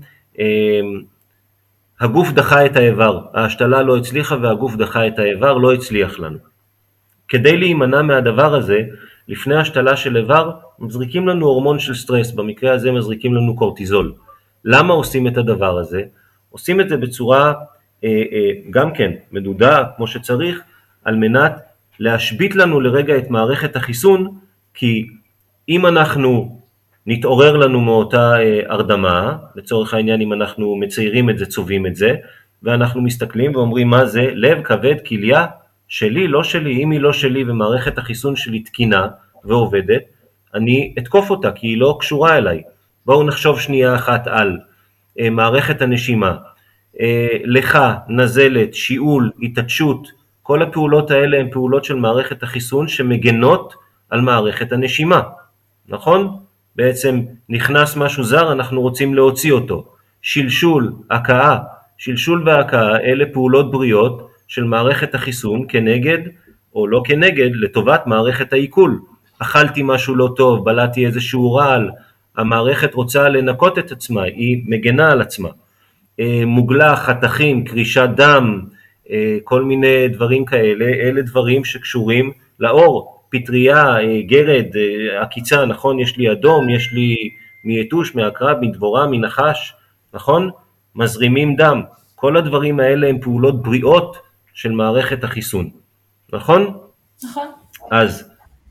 הגוף דחה את האיבר, ההשתלה לא הצליחה והגוף דחה את האיבר, לא הצליח לנו. כדי להימנע מהדבר הזה, לפני השתלה של איבר, מזריקים לנו הורמון של סטרס, במקרה הזה מזריקים לנו קורטיזול. למה עושים את הדבר הזה? עושים את זה בצורה גם כן מדודה כמו שצריך, על מנת להשבית לנו לרגע את מערכת החיסון, כי אם אנחנו נתעורר לנו מאותה הרדמה, לצורך העניין אם אנחנו מציירים את זה, צובעים את זה, ואנחנו מסתכלים ואומרים מה זה, לב, כבד, כליה, שלי, לא שלי, אם היא לא שלי ומערכת החיסון שלי תקינה ועובדת, אני אתקוף אותה כי היא לא קשורה אליי. בואו נחשוב שנייה אחת על מערכת הנשימה, לך, נזלת, שיעול, התעטשות, כל הפעולות האלה הן פעולות של מערכת החיסון שמגנות על מערכת הנשימה, נכון? בעצם נכנס משהו זר, אנחנו רוצים להוציא אותו. שלשול, הקאה, שלשול והקאה, אלה פעולות בריאות של מערכת החיסון כנגד או לא כנגד, לטובת מערכת העיכול. אכלתי משהו לא טוב, בלעתי איזשהו רעל, המערכת רוצה לנקות את עצמה, היא מגנה על עצמה. מוגלה, חתכים, קרישת דם, כל מיני דברים כאלה, אלה דברים שקשורים לאור, פטריה, גרד, עקיצה, נכון? יש לי אדום, יש לי מיתוש, מהקרב, מדבורה, מנחש, נכון? מזרימים דם. כל הדברים האלה הם פעולות בריאות של מערכת החיסון, נכון? נכון. אז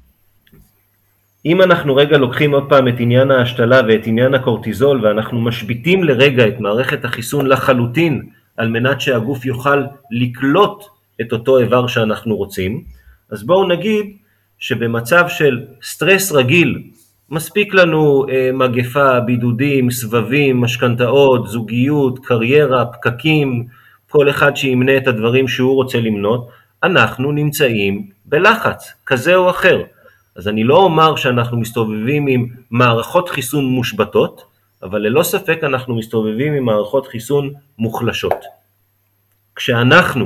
אם אנחנו רגע לוקחים עוד פעם את עניין ההשתלה ואת עניין הקורטיזול, ואנחנו משביטים לרגע את מערכת החיסון לחלוטין, על מנת שהגוף יוכל לקלוט את אותו איבר שאנחנו רוצים, אז בואו נגיד שבמצב של סטרס רגיל, מספיק לנו אה, מגפה, בידודים, סבבים, משכנתאות, זוגיות, קריירה, פקקים, כל אחד שימנה את הדברים שהוא רוצה למנות, אנחנו נמצאים בלחץ כזה או אחר. אז אני לא אומר שאנחנו מסתובבים עם מערכות חיסון מושבתות, אבל ללא ספק אנחנו מסתובבים עם מערכות חיסון מוחלשות. כשאנחנו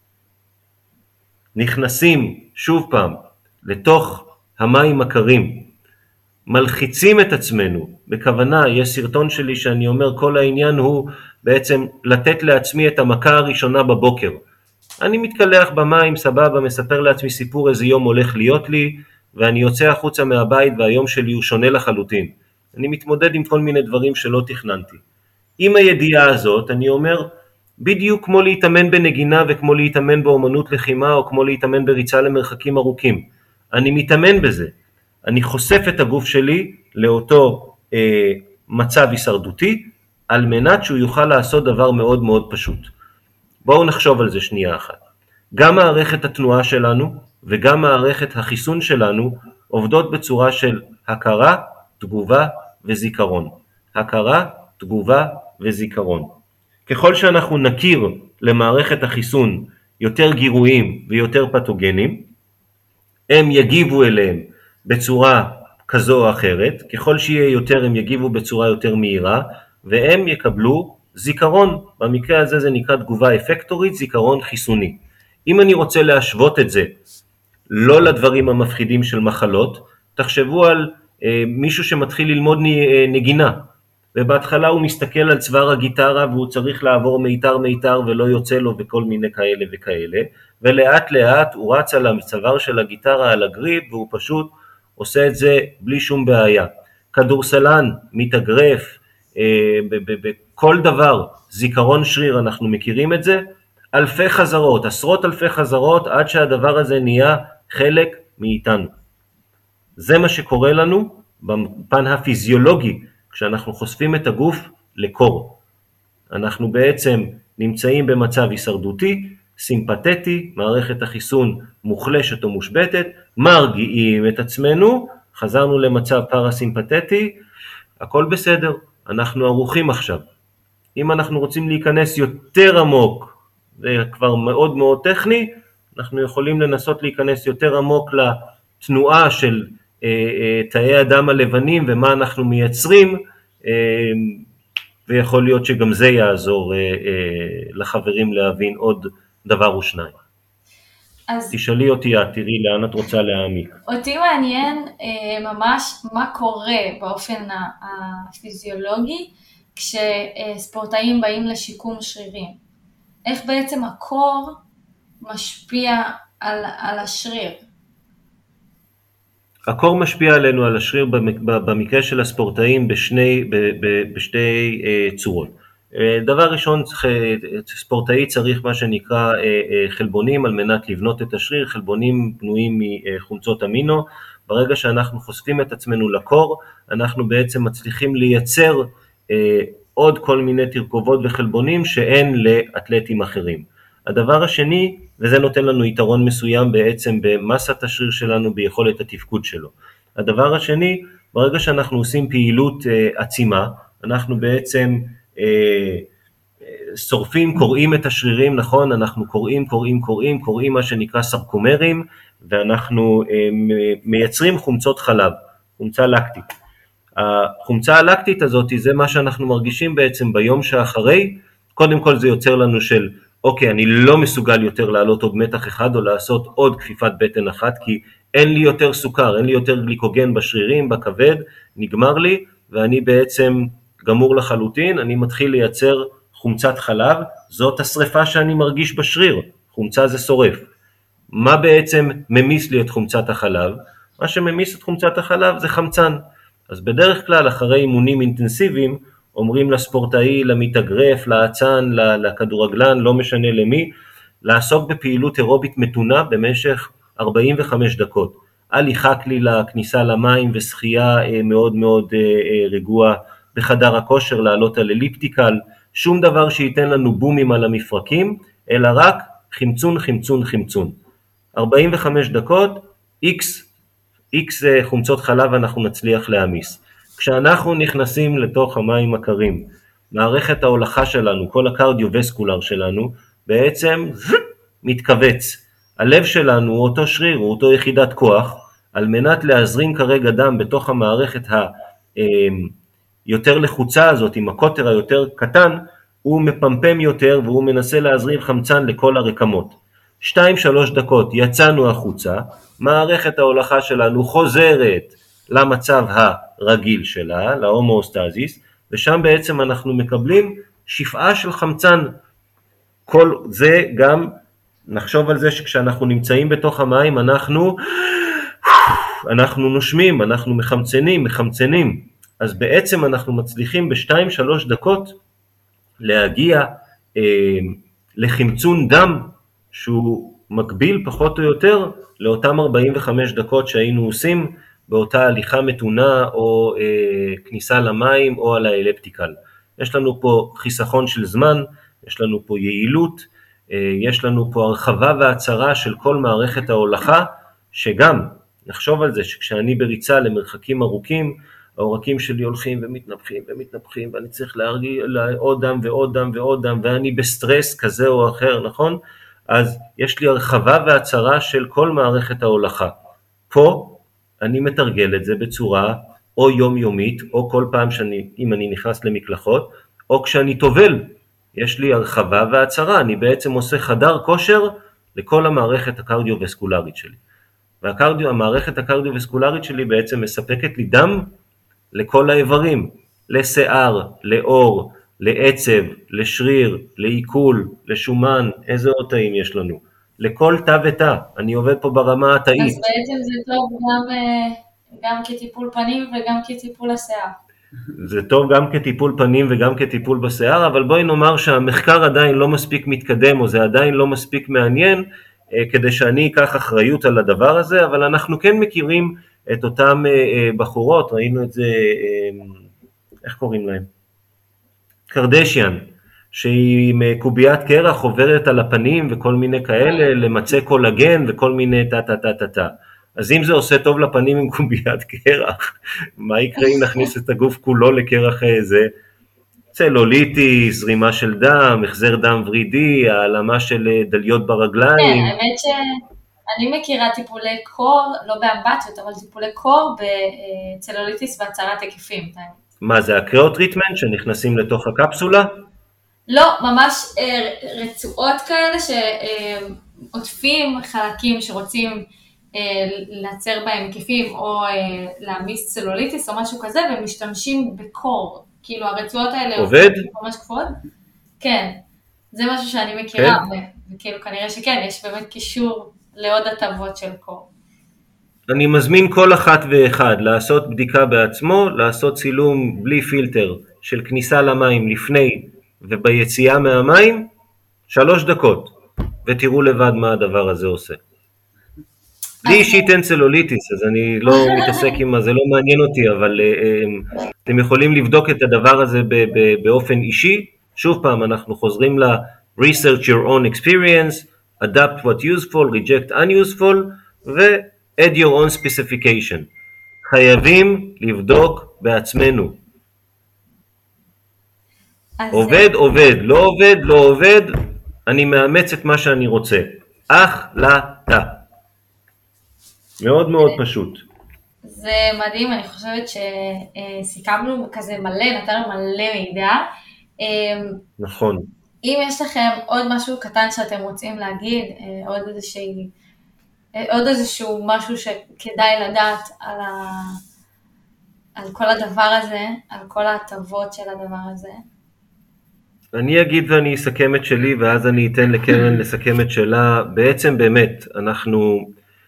נכנסים שוב פעם לתוך המים הקרים, מלחיצים את עצמנו, בכוונה, יש סרטון שלי שאני אומר כל העניין הוא בעצם לתת לעצמי את המכה הראשונה בבוקר. אני מתקלח במים, סבבה, מספר לעצמי סיפור איזה יום הולך להיות לי, ואני יוצא החוצה מהבית והיום שלי הוא שונה לחלוטין. אני מתמודד עם כל מיני דברים שלא תכננתי. עם הידיעה הזאת אני אומר, בדיוק כמו להתאמן בנגינה וכמו להתאמן באומנות לחימה או כמו להתאמן בריצה למרחקים ארוכים. אני מתאמן בזה. אני חושף את הגוף שלי לאותו אה, מצב הישרדותי, על מנת שהוא יוכל לעשות דבר מאוד מאוד פשוט. בואו נחשוב על זה שנייה אחת. גם מערכת התנועה שלנו וגם מערכת החיסון שלנו עובדות בצורה של הכרה, תגובה וזיכרון. הכרה, תגובה וזיכרון. ככל שאנחנו נכיר למערכת החיסון יותר גירויים ויותר פתוגנים, הם יגיבו אליהם בצורה כזו או אחרת, ככל שיהיה יותר הם יגיבו בצורה יותר מהירה, והם יקבלו זיכרון, במקרה הזה זה נקרא תגובה אפקטורית, זיכרון חיסוני. אם אני רוצה להשוות את זה, לא לדברים המפחידים של מחלות, תחשבו על אה, מישהו שמתחיל ללמוד נגינה, ובהתחלה הוא מסתכל על צוואר הגיטרה והוא צריך לעבור מיתר מיתר ולא יוצא לו וכל מיני כאלה וכאלה, ולאט לאט הוא רץ על הצוואר של הגיטרה על הגריפ והוא פשוט עושה את זה בלי שום בעיה. כדורסלן, מתאגרף, אה, בכל דבר, זיכרון שריר, אנחנו מכירים את זה, אלפי חזרות, עשרות אלפי חזרות עד שהדבר הזה נהיה חלק מאיתנו. זה מה שקורה לנו בפן הפיזיולוגי, כשאנחנו חושפים את הגוף לקור. אנחנו בעצם נמצאים במצב הישרדותי, סימפתטי, מערכת החיסון מוחלשת או מושבתת, מרגיעים את עצמנו, חזרנו למצב פרסימפתטי, הכל בסדר, אנחנו ערוכים עכשיו. אם אנחנו רוצים להיכנס יותר עמוק, זה כבר מאוד מאוד טכני, אנחנו יכולים לנסות להיכנס יותר עמוק לתנועה של אה, אה, תאי הדם הלבנים ומה אנחנו מייצרים, אה, ויכול להיות שגם זה יעזור אה, אה, לחברים להבין עוד דבר ושניים. אז תשאלי אותי, תראי לאן את רוצה להעמיק. אותי מעניין אה, ממש מה קורה באופן הפיזיולוגי כשספורטאים באים לשיקום שרירים. איך בעצם הקור משפיע על, על השריר? הקור משפיע עלינו על השריר במקרה של הספורטאים בשני, ב, ב, בשתי uh, צורות. Uh, דבר ראשון, ספורטאי צריך מה שנקרא uh, uh, חלבונים על מנת לבנות את השריר, חלבונים בנויים מחומצות אמינו. ברגע שאנחנו חושפים את עצמנו לקור, אנחנו בעצם מצליחים לייצר uh, עוד כל מיני תרכובות וחלבונים שאין לאתלטים אחרים. הדבר השני, וזה נותן לנו יתרון מסוים בעצם במסת השריר שלנו, ביכולת התפקוד שלו. הדבר השני, ברגע שאנחנו עושים פעילות אה, עצימה, אנחנו בעצם אה, שורפים, קוראים את השרירים, נכון? אנחנו קוראים, קוראים, קוראים, קוראים מה שנקרא סרקומרים, ואנחנו אה, מייצרים חומצות חלב, חומצה לקטית. החומצה הלקטית הזאת זה מה שאנחנו מרגישים בעצם ביום שאחרי. קודם כל זה יוצר לנו של אוקיי, אני לא מסוגל יותר לעלות עוד מתח אחד או לעשות עוד כפיפת בטן אחת, כי אין לי יותר סוכר, אין לי יותר גליקוגן בשרירים, בכבד, נגמר לי ואני בעצם גמור לחלוטין. אני מתחיל לייצר חומצת חלב, זאת השריפה שאני מרגיש בשריר, חומצה זה שורף. מה בעצם ממיס לי את חומצת החלב? מה שממיס את חומצת החלב זה חמצן. אז בדרך כלל אחרי אימונים אינטנסיביים אומרים לספורטאי, למתאגרף, לאצן, לכדורגלן, לא משנה למי, לעסוק בפעילות אירובית מתונה במשך ארבעים וחמש דקות. הליכה קלילה, כניסה למים ושחייה מאוד מאוד רגוע בחדר הכושר, לעלות על אליפטיקל, שום דבר שייתן לנו בומים על המפרקים, אלא רק חמצון, חמצון, חמצון. ארבעים וחמש דקות, X, X חומצות חלב אנחנו נצליח להמיס. כשאנחנו נכנסים לתוך המים הקרים, מערכת ההולכה שלנו, כל הקרדיו-וסקולר שלנו, בעצם מתכווץ. הלב שלנו הוא אותו שריר, הוא אותו יחידת כוח, על מנת להזרים כרגע דם בתוך המערכת היותר לחוצה הזאת, עם הקוטר היותר קטן, הוא מפמפם יותר והוא מנסה להזרים חמצן לכל הרקמות. שתיים שלוש דקות יצאנו החוצה, מערכת ההולכה שלנו חוזרת למצב הרגיל שלה, להומואוסטזיס, ושם בעצם אנחנו מקבלים שפעה של חמצן. כל זה גם, נחשוב על זה שכשאנחנו נמצאים בתוך המים, אנחנו, אנחנו נושמים, אנחנו מחמצנים, מחמצנים. אז בעצם אנחנו מצליחים בשתיים שלוש דקות להגיע אה, לחמצון דם, שהוא מקביל פחות או יותר לאותם ארבעים וחמש דקות שהיינו עושים באותה הליכה מתונה או אה, כניסה למים או על האלפטיקל. יש לנו פה חיסכון של זמן, יש לנו פה יעילות, אה, יש לנו פה הרחבה והצרה של כל מערכת ההולכה, שגם נחשוב על זה שכשאני בריצה למרחקים ארוכים, העורקים שלי הולכים ומתנפחים ומתנפחים, ואני צריך להרגיע עוד דם ועוד דם ועוד דם, ואני בסטרס כזה או אחר, נכון? אז יש לי הרחבה והצרה של כל מערכת ההולכה. פה אני מתרגל את זה בצורה או יומיומית, או כל פעם שאני, אם אני נכנס למקלחות, או כשאני טובל, יש לי הרחבה והצרה, אני בעצם עושה חדר כושר לכל המערכת הקרדיו-וסקולרית שלי. והמערכת הקרדיו-וסקולרית שלי בעצם מספקת לי דם לכל האיברים, לשיער, לאור, לעצב, לשריר, לעיכול, לשומן, איזה עוד תאים יש לנו? לכל תא ותא, אני עובד פה ברמה התאית. אז בעצם זה טוב גם, גם כטיפול פנים וגם כטיפול השיער. זה טוב גם כטיפול פנים וגם כטיפול בשיער, אבל בואי נאמר שהמחקר עדיין לא מספיק מתקדם, או זה עדיין לא מספיק מעניין, כדי שאני אקח אחריות על הדבר הזה, אבל אנחנו כן מכירים את אותם בחורות, ראינו את זה, איך קוראים להם? קרדשיאן, שהיא עם קוביית קרח עוברת על הפנים וכל מיני כאלה, למצא קולגן וכל מיני טה טה טה טה טה. אז אם זה עושה טוב לפנים עם קוביית קרח, מה יקרה אם נכניס את הגוף כולו לקרח איזה? צלוליטיס, זרימה של דם, החזר דם ורידי, העלמה של דליות ברגליים. כן, האמת שאני מכירה טיפולי קור, לא באמבטיות, אבל טיפולי קור בצלוליטיס והצהרת היקפים. מה זה, הקריאוטריטמנט שנכנסים לתוך הקפסולה? לא, ממש רצועות כאלה שעוטפים חלקים שרוצים לייצר בהם היקפים או להמיס צלוליטיס או משהו כזה, ומשתמשים בקור. כאילו הרצועות האלה עובד? ממש כבוד. כן, זה משהו שאני מכירה, כן. וכאילו כנראה שכן, יש באמת קישור לעוד הטבות של קור. אני מזמין כל אחת ואחד לעשות בדיקה בעצמו, לעשות צילום בלי פילטר של כניסה למים לפני וביציאה מהמים, שלוש דקות, ותראו לבד מה הדבר הזה עושה. לי אישית אין צלוליטיס, אז אני לא מתעסק עם מה, זה לא מעניין אותי, אבל uh, אתם יכולים לבדוק את הדבר הזה באופן אישי. שוב פעם, אנחנו חוזרים ל-research your own experience, adapt what useful, reject unuseful, ו-add your own specification. חייבים לבדוק בעצמנו. עובד, עובד, לא עובד, לא עובד, אני מאמץ את מה שאני רוצה. החלטה. מאוד מאוד פשוט. זה מדהים, אני חושבת שסיכמנו כזה מלא, נתנו מלא מידע. נכון. אם יש לכם עוד משהו קטן שאתם רוצים להגיד, עוד איזשהו, עוד איזשהו משהו שכדאי לדעת על, ה, על כל הדבר הזה, על כל ההטבות של הדבר הזה. אני אגיד ואני אסכם את שלי, ואז אני אתן לקרן לסכם את שלה. בעצם באמת, אנחנו...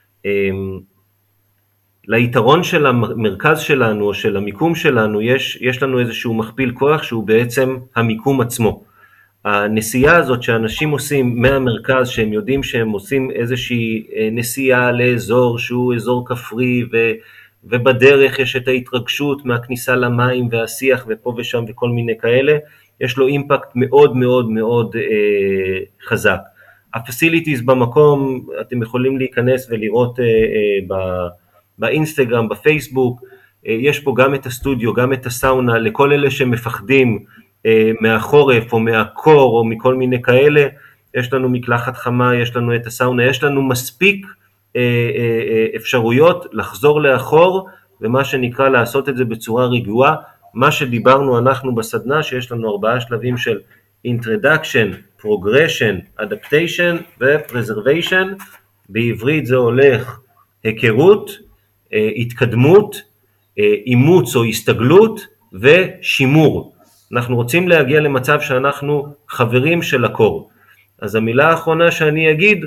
ליתרון של המרכז שלנו או של המיקום שלנו יש, יש לנו איזשהו מכפיל כוח שהוא בעצם המיקום עצמו. הנסיעה הזאת שאנשים עושים מהמרכז, שהם יודעים שהם עושים איזושהי נסיעה לאזור שהוא אזור כפרי, ו, ובדרך יש את ההתרגשות מהכניסה למים והשיח ופה ושם וכל מיני כאלה, יש לו אימפקט מאוד מאוד מאוד אה, חזק. הפסיליטיז במקום, אתם יכולים להיכנס ולראות אה, אה, באינסטגרם, בפייסבוק, אה, יש פה גם את הסטודיו, גם את הסאונה, לכל אלה שמפחדים אה, מהחורף או מהקור או מכל מיני כאלה, יש לנו מקלחת חמה, יש לנו את הסאונה, יש לנו מספיק אה, אה, אפשרויות לחזור לאחור, ומה שנקרא לעשות את זה בצורה רגועה, מה שדיברנו אנחנו בסדנה, שיש לנו ארבעה שלבים של introduction, progression, adaptation ו-preservation, בעברית זה הולך היכרות, התקדמות, אימוץ או הסתגלות ושימור. אנחנו רוצים להגיע למצב שאנחנו חברים של הקור. אז המילה האחרונה שאני אגיד,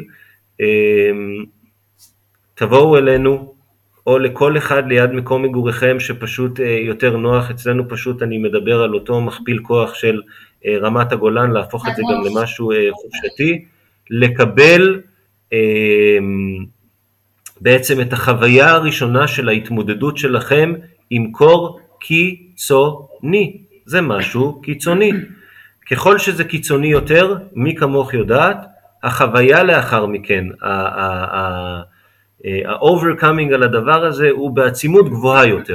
תבואו אלינו, או לכל אחד ליד מקום מגוריכם שפשוט יותר נוח, אצלנו פשוט אני מדבר על אותו מכפיל כוח של רמת הגולן, להפוך את זה גם למשהו חופשתי, לקבל בעצם את החוויה הראשונה של ההתמודדות שלכם עם קור קיצוני, זה משהו קיצוני. ככל שזה קיצוני יותר, מי כמוך יודעת, החוויה לאחר מכן, ה-overcoming על הדבר הזה הוא בעצימות גבוהה יותר.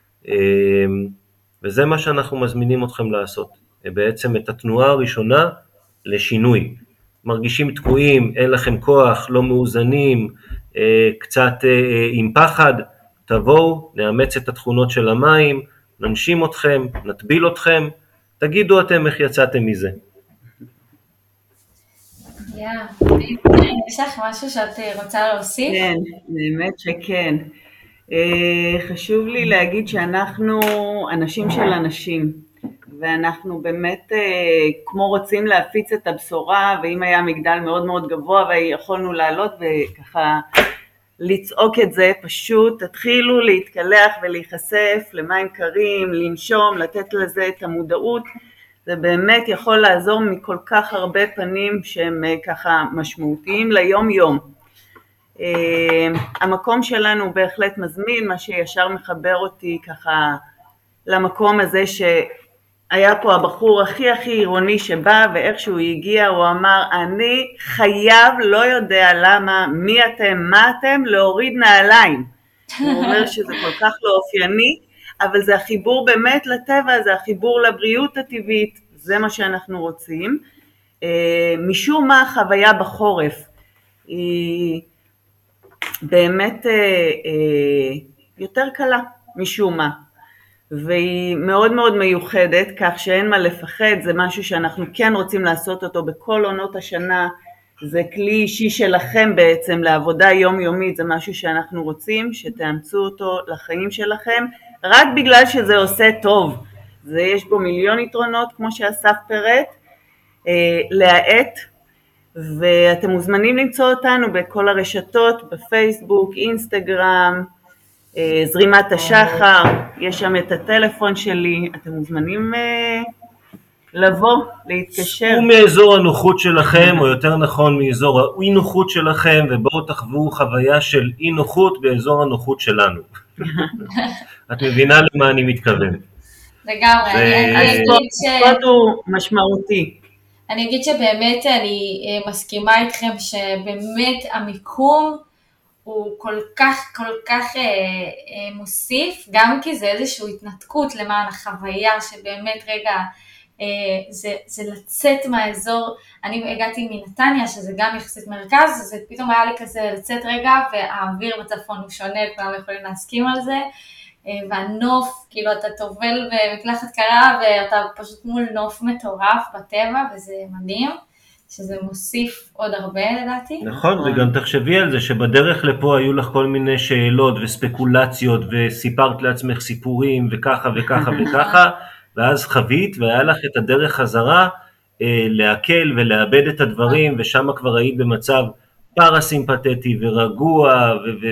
וזה מה שאנחנו מזמינים אתכם לעשות. בעצם את התנועה הראשונה לשינוי. מרגישים תקועים, אין לכם כוח, לא מאוזנים, קצת עם פחד, תבואו, נאמץ את התכונות של המים, ננשים אתכם, נטביל אתכם, תגידו אתם איך יצאתם מזה. יש לך משהו שאת רוצה להוסיף? כן, באמת שכן. חשוב לי להגיד שאנחנו אנשים של אנשים, ואנחנו באמת כמו רוצים להפיץ את הבשורה, ואם היה מגדל מאוד מאוד גבוה ויכולנו לעלות וככה לצעוק את זה, פשוט תתחילו להתקלח ולהיחשף למים קרים, לנשום, לתת לזה את המודעות, זה באמת יכול לעזור מכל כך הרבה פנים שהם ככה משמעותיים ליום יום. המקום שלנו בהחלט מזמין, מה שישר מחבר אותי ככה למקום הזה שהיה פה הבחור הכי הכי עירוני שבא, ואיך שהוא הגיע הוא אמר אני חייב, לא יודע למה, מי אתם, מה אתם, להוריד נעליים. הוא אומר שזה כל כך לא אופייני, אבל זה החיבור באמת לטבע, זה החיבור לבריאות הטבעית, זה מה שאנחנו רוצים. משום מה החוויה בחורף היא באמת יותר קלה משום מה, והיא מאוד מאוד מיוחדת, כך שאין מה לפחד, זה משהו שאנחנו כן רוצים לעשות אותו בכל עונות השנה, זה כלי אישי שלכם בעצם לעבודה יומיומית, זה משהו שאנחנו רוצים שתאמצו אותו לחיים שלכם, רק בגלל שזה עושה טוב, זה יש בו מיליון יתרונות כמו שאסף פירט, להעט, ואתם מוזמנים למצוא אותנו בכל הרשתות, בפייסבוק, אינסטגרם, זרימת השחר, יש שם את הטלפון שלי, אתם מוזמנים לבוא, להתקשר. סעו מאזור הנוחות שלכם, או יותר נכון מאזור האי נוחות שלכם, ובואו תחוו חוויה של אי נוחות באזור הנוחות שלנו. את מבינה למה אני מתכוון. לגמרי, אני אגיד ש... הוא משמעותי. אני אגיד שבאמת אני מסכימה איתכם שבאמת המיקום הוא כל כך כל כך אה, אה, מוסיף, גם כי זה איזושהי התנתקות למען החוויה שבאמת רגע אה, זה, זה לצאת מהאזור. אני הגעתי מנתניה שזה גם יחסית מרכז, אז פתאום היה לי כזה לצאת רגע, והאוויר בצפון הוא שונה, כולם יכולים להסכים על זה, אה, והנוף, כאילו אתה תובל במקלחת קרה ואתה פשוט מול נוף מטורף בטבע, וזה מדהים. שזה מוסיף עוד הרבה לדעתי. נכון, וגם תחשבי על זה שבדרך לפה היו לך כל מיני שאלות וספקולציות, וסיפרת לעצמך סיפורים וככה וככה וככה, ואז חווית והיה לך את הדרך חזרה אה, להקל ולאבד את הדברים, ושם כבר היית במצב פרסימפתטי ורגוע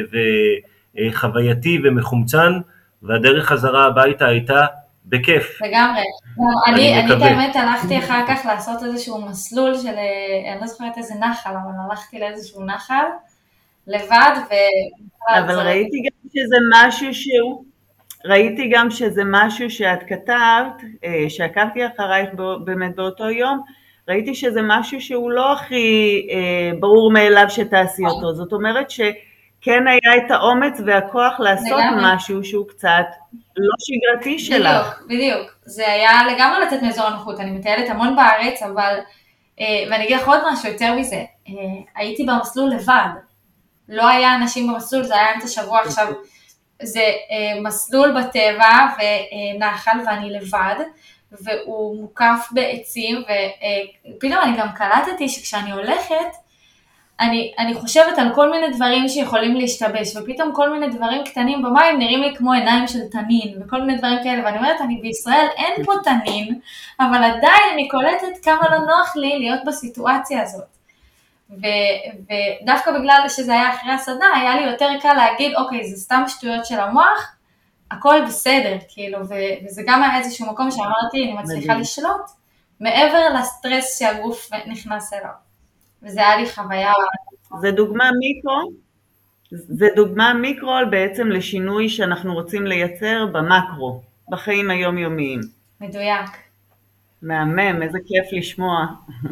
וחווייתי ומחומצן, והדרך חזרה הביתה הייתה בכיף. לגמרי. אני, אני באמת הלכתי אחר כך לעשות איזשהו מסלול של, אני לא זוכרת איזה נחל, אבל הלכתי לאיזשהו נחל לבד ו... אבל ראיתי גם שזה משהו שהוא, ראיתי גם שזה משהו שאת כתבת, שעקבתי אחרייך באמת באותו יום, ראיתי שזה משהו שהוא לא הכי ברור מאליו שתעשי אותו, זאת אומרת ש... כן היה את האומץ והכוח לעשות לגמרי. משהו שהוא קצת לא שגרתי שלך. בדיוק, בדיוק. זה היה לגמרי לצאת מאזור הנוחות. אני מטיילת המון בארץ, אבל, ואני אגיד לך עוד משהו יותר מזה, הייתי במסלול לבד. לא היה אנשים במסלול, זה היה אמצע שבוע עכשיו. זה מסלול בטבע ונחל ואני לבד, והוא מוקף בעצים, ופתאום אני גם קלטתי שכשאני הולכת, אני, אני חושבת על כל מיני דברים שיכולים להשתבש, ופתאום כל מיני דברים קטנים במים נראים לי כמו עיניים של תנין, וכל מיני דברים כאלה, ואני אומרת, אני בישראל אין פה תנין, אבל עדיין אני קולטת כמה לא נוח לי להיות בסיטואציה הזאת. ו, ודווקא בגלל שזה היה אחרי הסדנה, היה לי יותר קל להגיד, אוקיי, זה סתם שטויות של המוח, הכל בסדר, כאילו, ו, וזה גם היה איזשהו מקום שאמרתי, אני מצליחה לשלוט, מעבר לסטרס שהגוף נכנס אליו. וזה היה לי חוויה. זה דוגמה מיקרו, זה דוגמה מיקרו בעצם לשינוי שאנחנו רוצים לייצר במקרו, בחיים היומיומיים. מדויק. מהמם, איזה כיף לשמוע.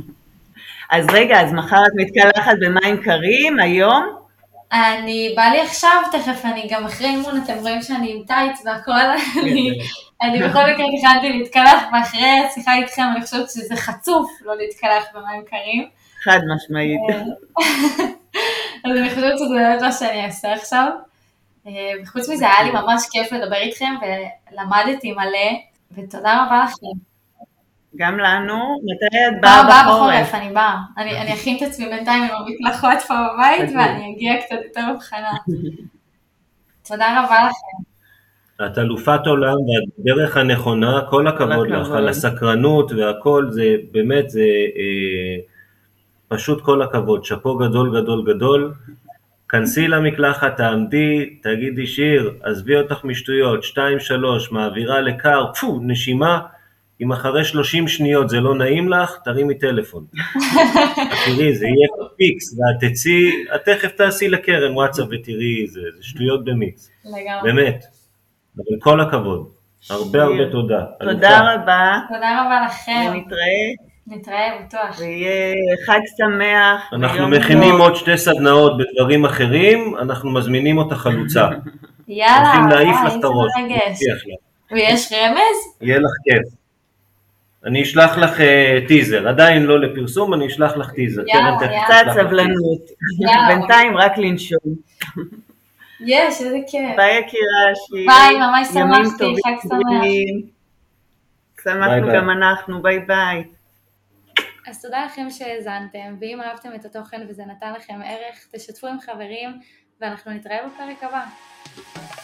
אז רגע, אז מחר את מתקלחת במים קרים היום? אני, בא לי עכשיו תכף, אני גם אחרי אימון, אתם רואים שאני עם טייץ והכל, אני, אני בכל מקרה תכנתי להתקלח, ואחרי השיחה איתכם אני חושבת שזה חצוף לא להתקלח במים קרים. חד משמעית. אז אני חושבת שזה באמת מה שאני אעשה עכשיו. וחוץ מזה היה לי ממש כיף לדבר איתכם, ולמדתי מלא, ותודה רבה לכם. גם לנו, מתי את באה באה באה בחורף? בחורף, אני באה. אני אני אכין את עצמי בינתיים עם המקלחות פה בבית, מדהים. ואני אגיע קצת יותר מבחנה. תודה רבה לכם. את אלופת עולם והדרך הנכונה, כל הכבוד לך, הכבוד. על הסקרנות והכל, זה באמת, זה אה, פשוט כל הכבוד, שאפו גדול גדול גדול. כנסי למקלחת, תעמדי, תגידי שיר, עזבי אותך משטויות, שתיים שלוש, מעבירה לקר, פו, נשימה, אם אחרי שלושים שניות זה לא נעים לך, תרימי טלפון. תראי, זה יהיה פיקס, ואת תצאי, את תכף תעשי לקרן וואטסאפ ותראי, זה, זה שטויות במיקס. לגמרי. באמת, אבל כל הכבוד, הרבה הרבה תודה. תודה רבה, תודה רבה לכם. ונתראה, נתראה בטוח. ויהיה חג שמח. אנחנו ויום מכינים טוב. עוד שתי סדנאות בדברים אחרים, אנחנו מזמינים אותה חלוצה. יאללה, הולכים להעיף וואי, לך את הראש, איזה מרגש. מבטיח לך. ויש רמז? יהיה לך כיף. אני אשלח לך אה, טיזר, עדיין לא לפרסום, אני אשלח לך טיזר. יאללה, קרן, תכף יאללה. קצת אשלח לך טיזר. סבלנות. יאללה. בינתיים רק לנשום. יש, איזה כיף. ביי יקירה, שיהיה ביי, ממש ימים שמחתי, טובים. חג שמח. שמחנו ביי. גם אנחנו, ביי ביי. אז תודה לכם שהאזנתם, ואם אהבתם את התוכן וזה נתן לכם ערך, תשתפו עם חברים, ואנחנו נתראה בפרק הבא.